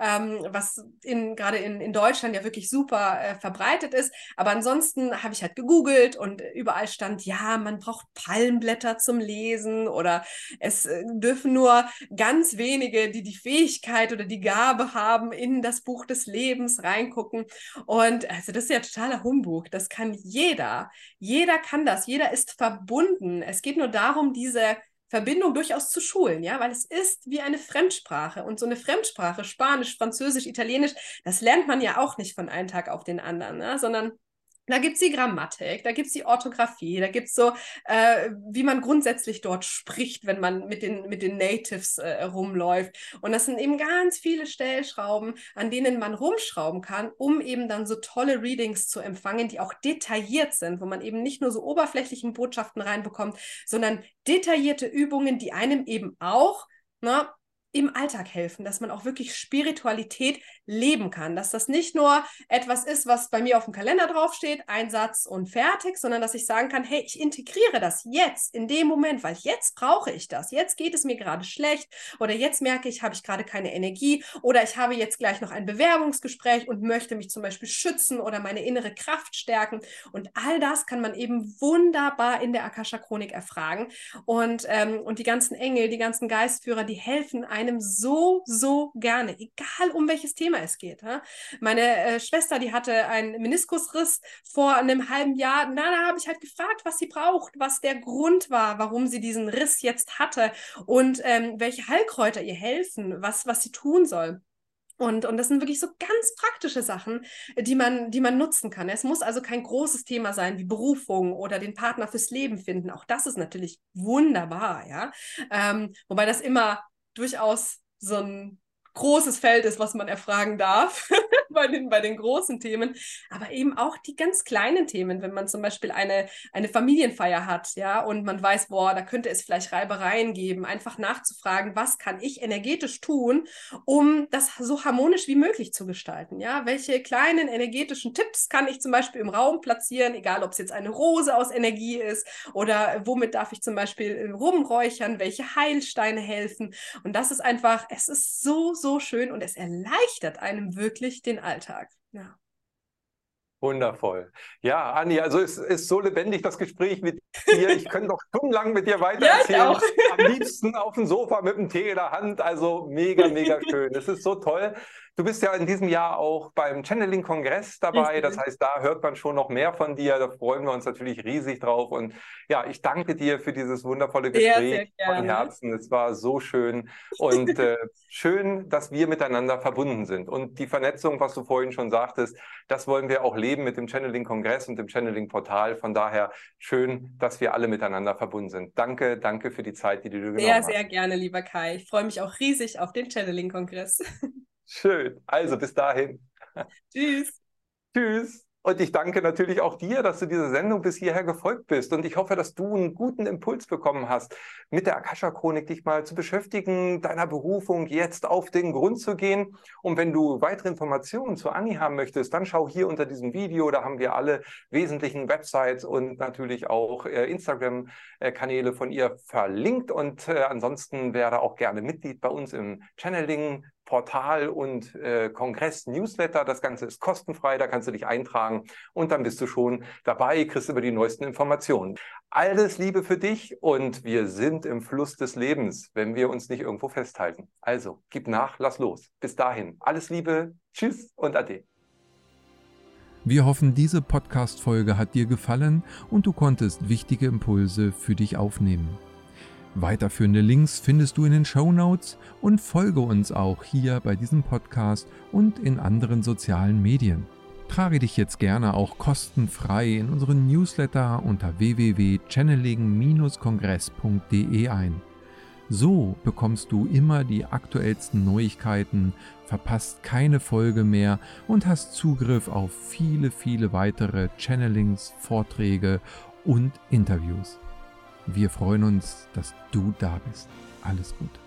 was gerade in Deutschland ja wirklich super verbreitet ist. Aber ansonsten habe ich halt gegoogelt und überall stand, ja, man braucht Palmblätter zum Lesen oder es dürfen nur ganz wenige, die die Fähigkeit oder die Gabe haben, in das Buch des Lebens reingucken. Und also das ist ja totaler Humbug. Das kann jeder. Jeder kann das. Jeder ist verbunden. Es geht nur darum, diese Verbindung durchaus zu schulen, ja, weil es ist wie eine Fremdsprache. Und so eine Fremdsprache, Spanisch, Französisch, Italienisch, das lernt man ja auch nicht von einem Tag auf den anderen, ne? Sondern da gibt es die Grammatik, da gibt es die Orthographie, da gibt es so, wie man grundsätzlich dort spricht, wenn man mit den Natives rumläuft. Und das sind eben ganz viele Stellschrauben, an denen man rumschrauben kann, um eben dann so tolle Readings zu empfangen, die auch detailliert sind, wo man eben nicht nur so oberflächlichen Botschaften reinbekommt, sondern detaillierte Übungen, die einem eben auch, ne, im Alltag helfen, dass man auch wirklich Spiritualität leben kann, dass das nicht nur etwas ist, was bei mir auf dem Kalender draufsteht, ein Satz und fertig, sondern dass ich sagen kann, hey, ich integriere das jetzt in dem Moment, weil jetzt brauche ich das, jetzt geht es mir gerade schlecht oder jetzt merke ich, habe ich gerade keine Energie oder ich habe jetzt gleich noch ein Bewerbungsgespräch und möchte mich zum Beispiel schützen oder meine innere Kraft stärken und all das kann man eben wunderbar in der Akasha-Chronik erfragen und die ganzen Engel, die ganzen Geistführer, die helfen einem so, so gerne, egal um welches Thema es geht. Ja? Meine Schwester, die hatte einen Meniskusriss vor einem halben Jahr. Da habe ich halt gefragt, was sie braucht, was der Grund war, warum sie diesen Riss jetzt hatte und welche Heilkräuter ihr helfen, was sie tun soll. Und das sind wirklich so ganz praktische Sachen, die man nutzen kann. Es muss also kein großes Thema sein wie Berufung oder den Partner fürs Leben finden. Auch das ist natürlich wunderbar, ja. Wobei das immer durchaus so ein großes Feld ist, was man erfragen darf bei den großen Themen, aber eben auch die ganz kleinen Themen, wenn man zum Beispiel eine Familienfeier hat, ja, und man weiß, boah, da könnte es vielleicht Reibereien geben, einfach nachzufragen, was kann ich energetisch tun, um das so harmonisch wie möglich zu gestalten, ja, welche kleinen energetischen Tipps kann ich zum Beispiel im Raum platzieren, egal ob es jetzt eine Rose aus Energie ist oder womit darf ich zum Beispiel rumräuchern, welche Heilsteine helfen und das ist einfach, es ist so, so schön und es erleichtert einem wirklich den Alltag. Ja. Wundervoll. Ja, Anni, also es ist so lebendig, das Gespräch mit dir. Ich könnte noch stundenlang mit dir weitererzählen. Ja, ich auch. Am liebsten auf dem Sofa mit dem Tee in der Hand. Also mega, mega schön. Es ist so toll, Du bist ja in diesem Jahr auch beim Channeling-Kongress dabei. Das heißt, da hört man schon noch mehr von dir. Da freuen wir uns natürlich riesig drauf. Und ja, ich danke dir für dieses wundervolle Gespräch von Herzen. Es war so schön und schön, dass wir miteinander verbunden sind. Und die Vernetzung, was du vorhin schon sagtest, das wollen wir auch leben mit dem Channeling-Kongress und dem Channeling-Portal. Von daher schön, dass wir alle miteinander verbunden sind. Danke, danke für die Zeit, die du genommen hast. Sehr, sehr gerne, lieber Kai. Ich freue mich auch riesig auf den Channeling-Kongress. Schön. Also bis dahin. Tschüss. Tschüss. Und ich danke natürlich auch dir, dass du dieser Sendung bis hierher gefolgt bist. Und ich hoffe, dass du einen guten Impuls bekommen hast, mit der Akasha-Chronik dich mal zu beschäftigen, deiner Berufung jetzt auf den Grund zu gehen. Und wenn du weitere Informationen zu Anni haben möchtest, dann schau hier unter diesem Video. Da haben wir alle wesentlichen Websites und natürlich auch Instagram-Kanäle von ihr verlinkt. Und ansonsten wäre auch gerne Mitglied bei uns im Channeling-Portal und Kongress-Newsletter. Das Ganze ist kostenfrei, da kannst du dich eintragen und dann bist du schon dabei, kriegst über die neuesten Informationen. Alles Liebe für dich und wir sind im Fluss des Lebens, wenn wir uns nicht irgendwo festhalten. Also, gib nach, lass los. Bis dahin, alles Liebe, tschüss und ade. Wir hoffen, diese Podcast-Folge hat dir gefallen und du konntest wichtige Impulse für dich aufnehmen. Weiterführende Links findest du in den Shownotes und folge uns auch hier bei diesem Podcast und in anderen sozialen Medien. Trage dich jetzt gerne auch kostenfrei in unseren Newsletter unter www.channeling-kongress.de ein. So bekommst du immer die aktuellsten Neuigkeiten, verpasst keine Folge mehr und hast Zugriff auf viele, viele weitere Channelings, Vorträge und Interviews. Wir freuen uns, dass du da bist. Alles Gute.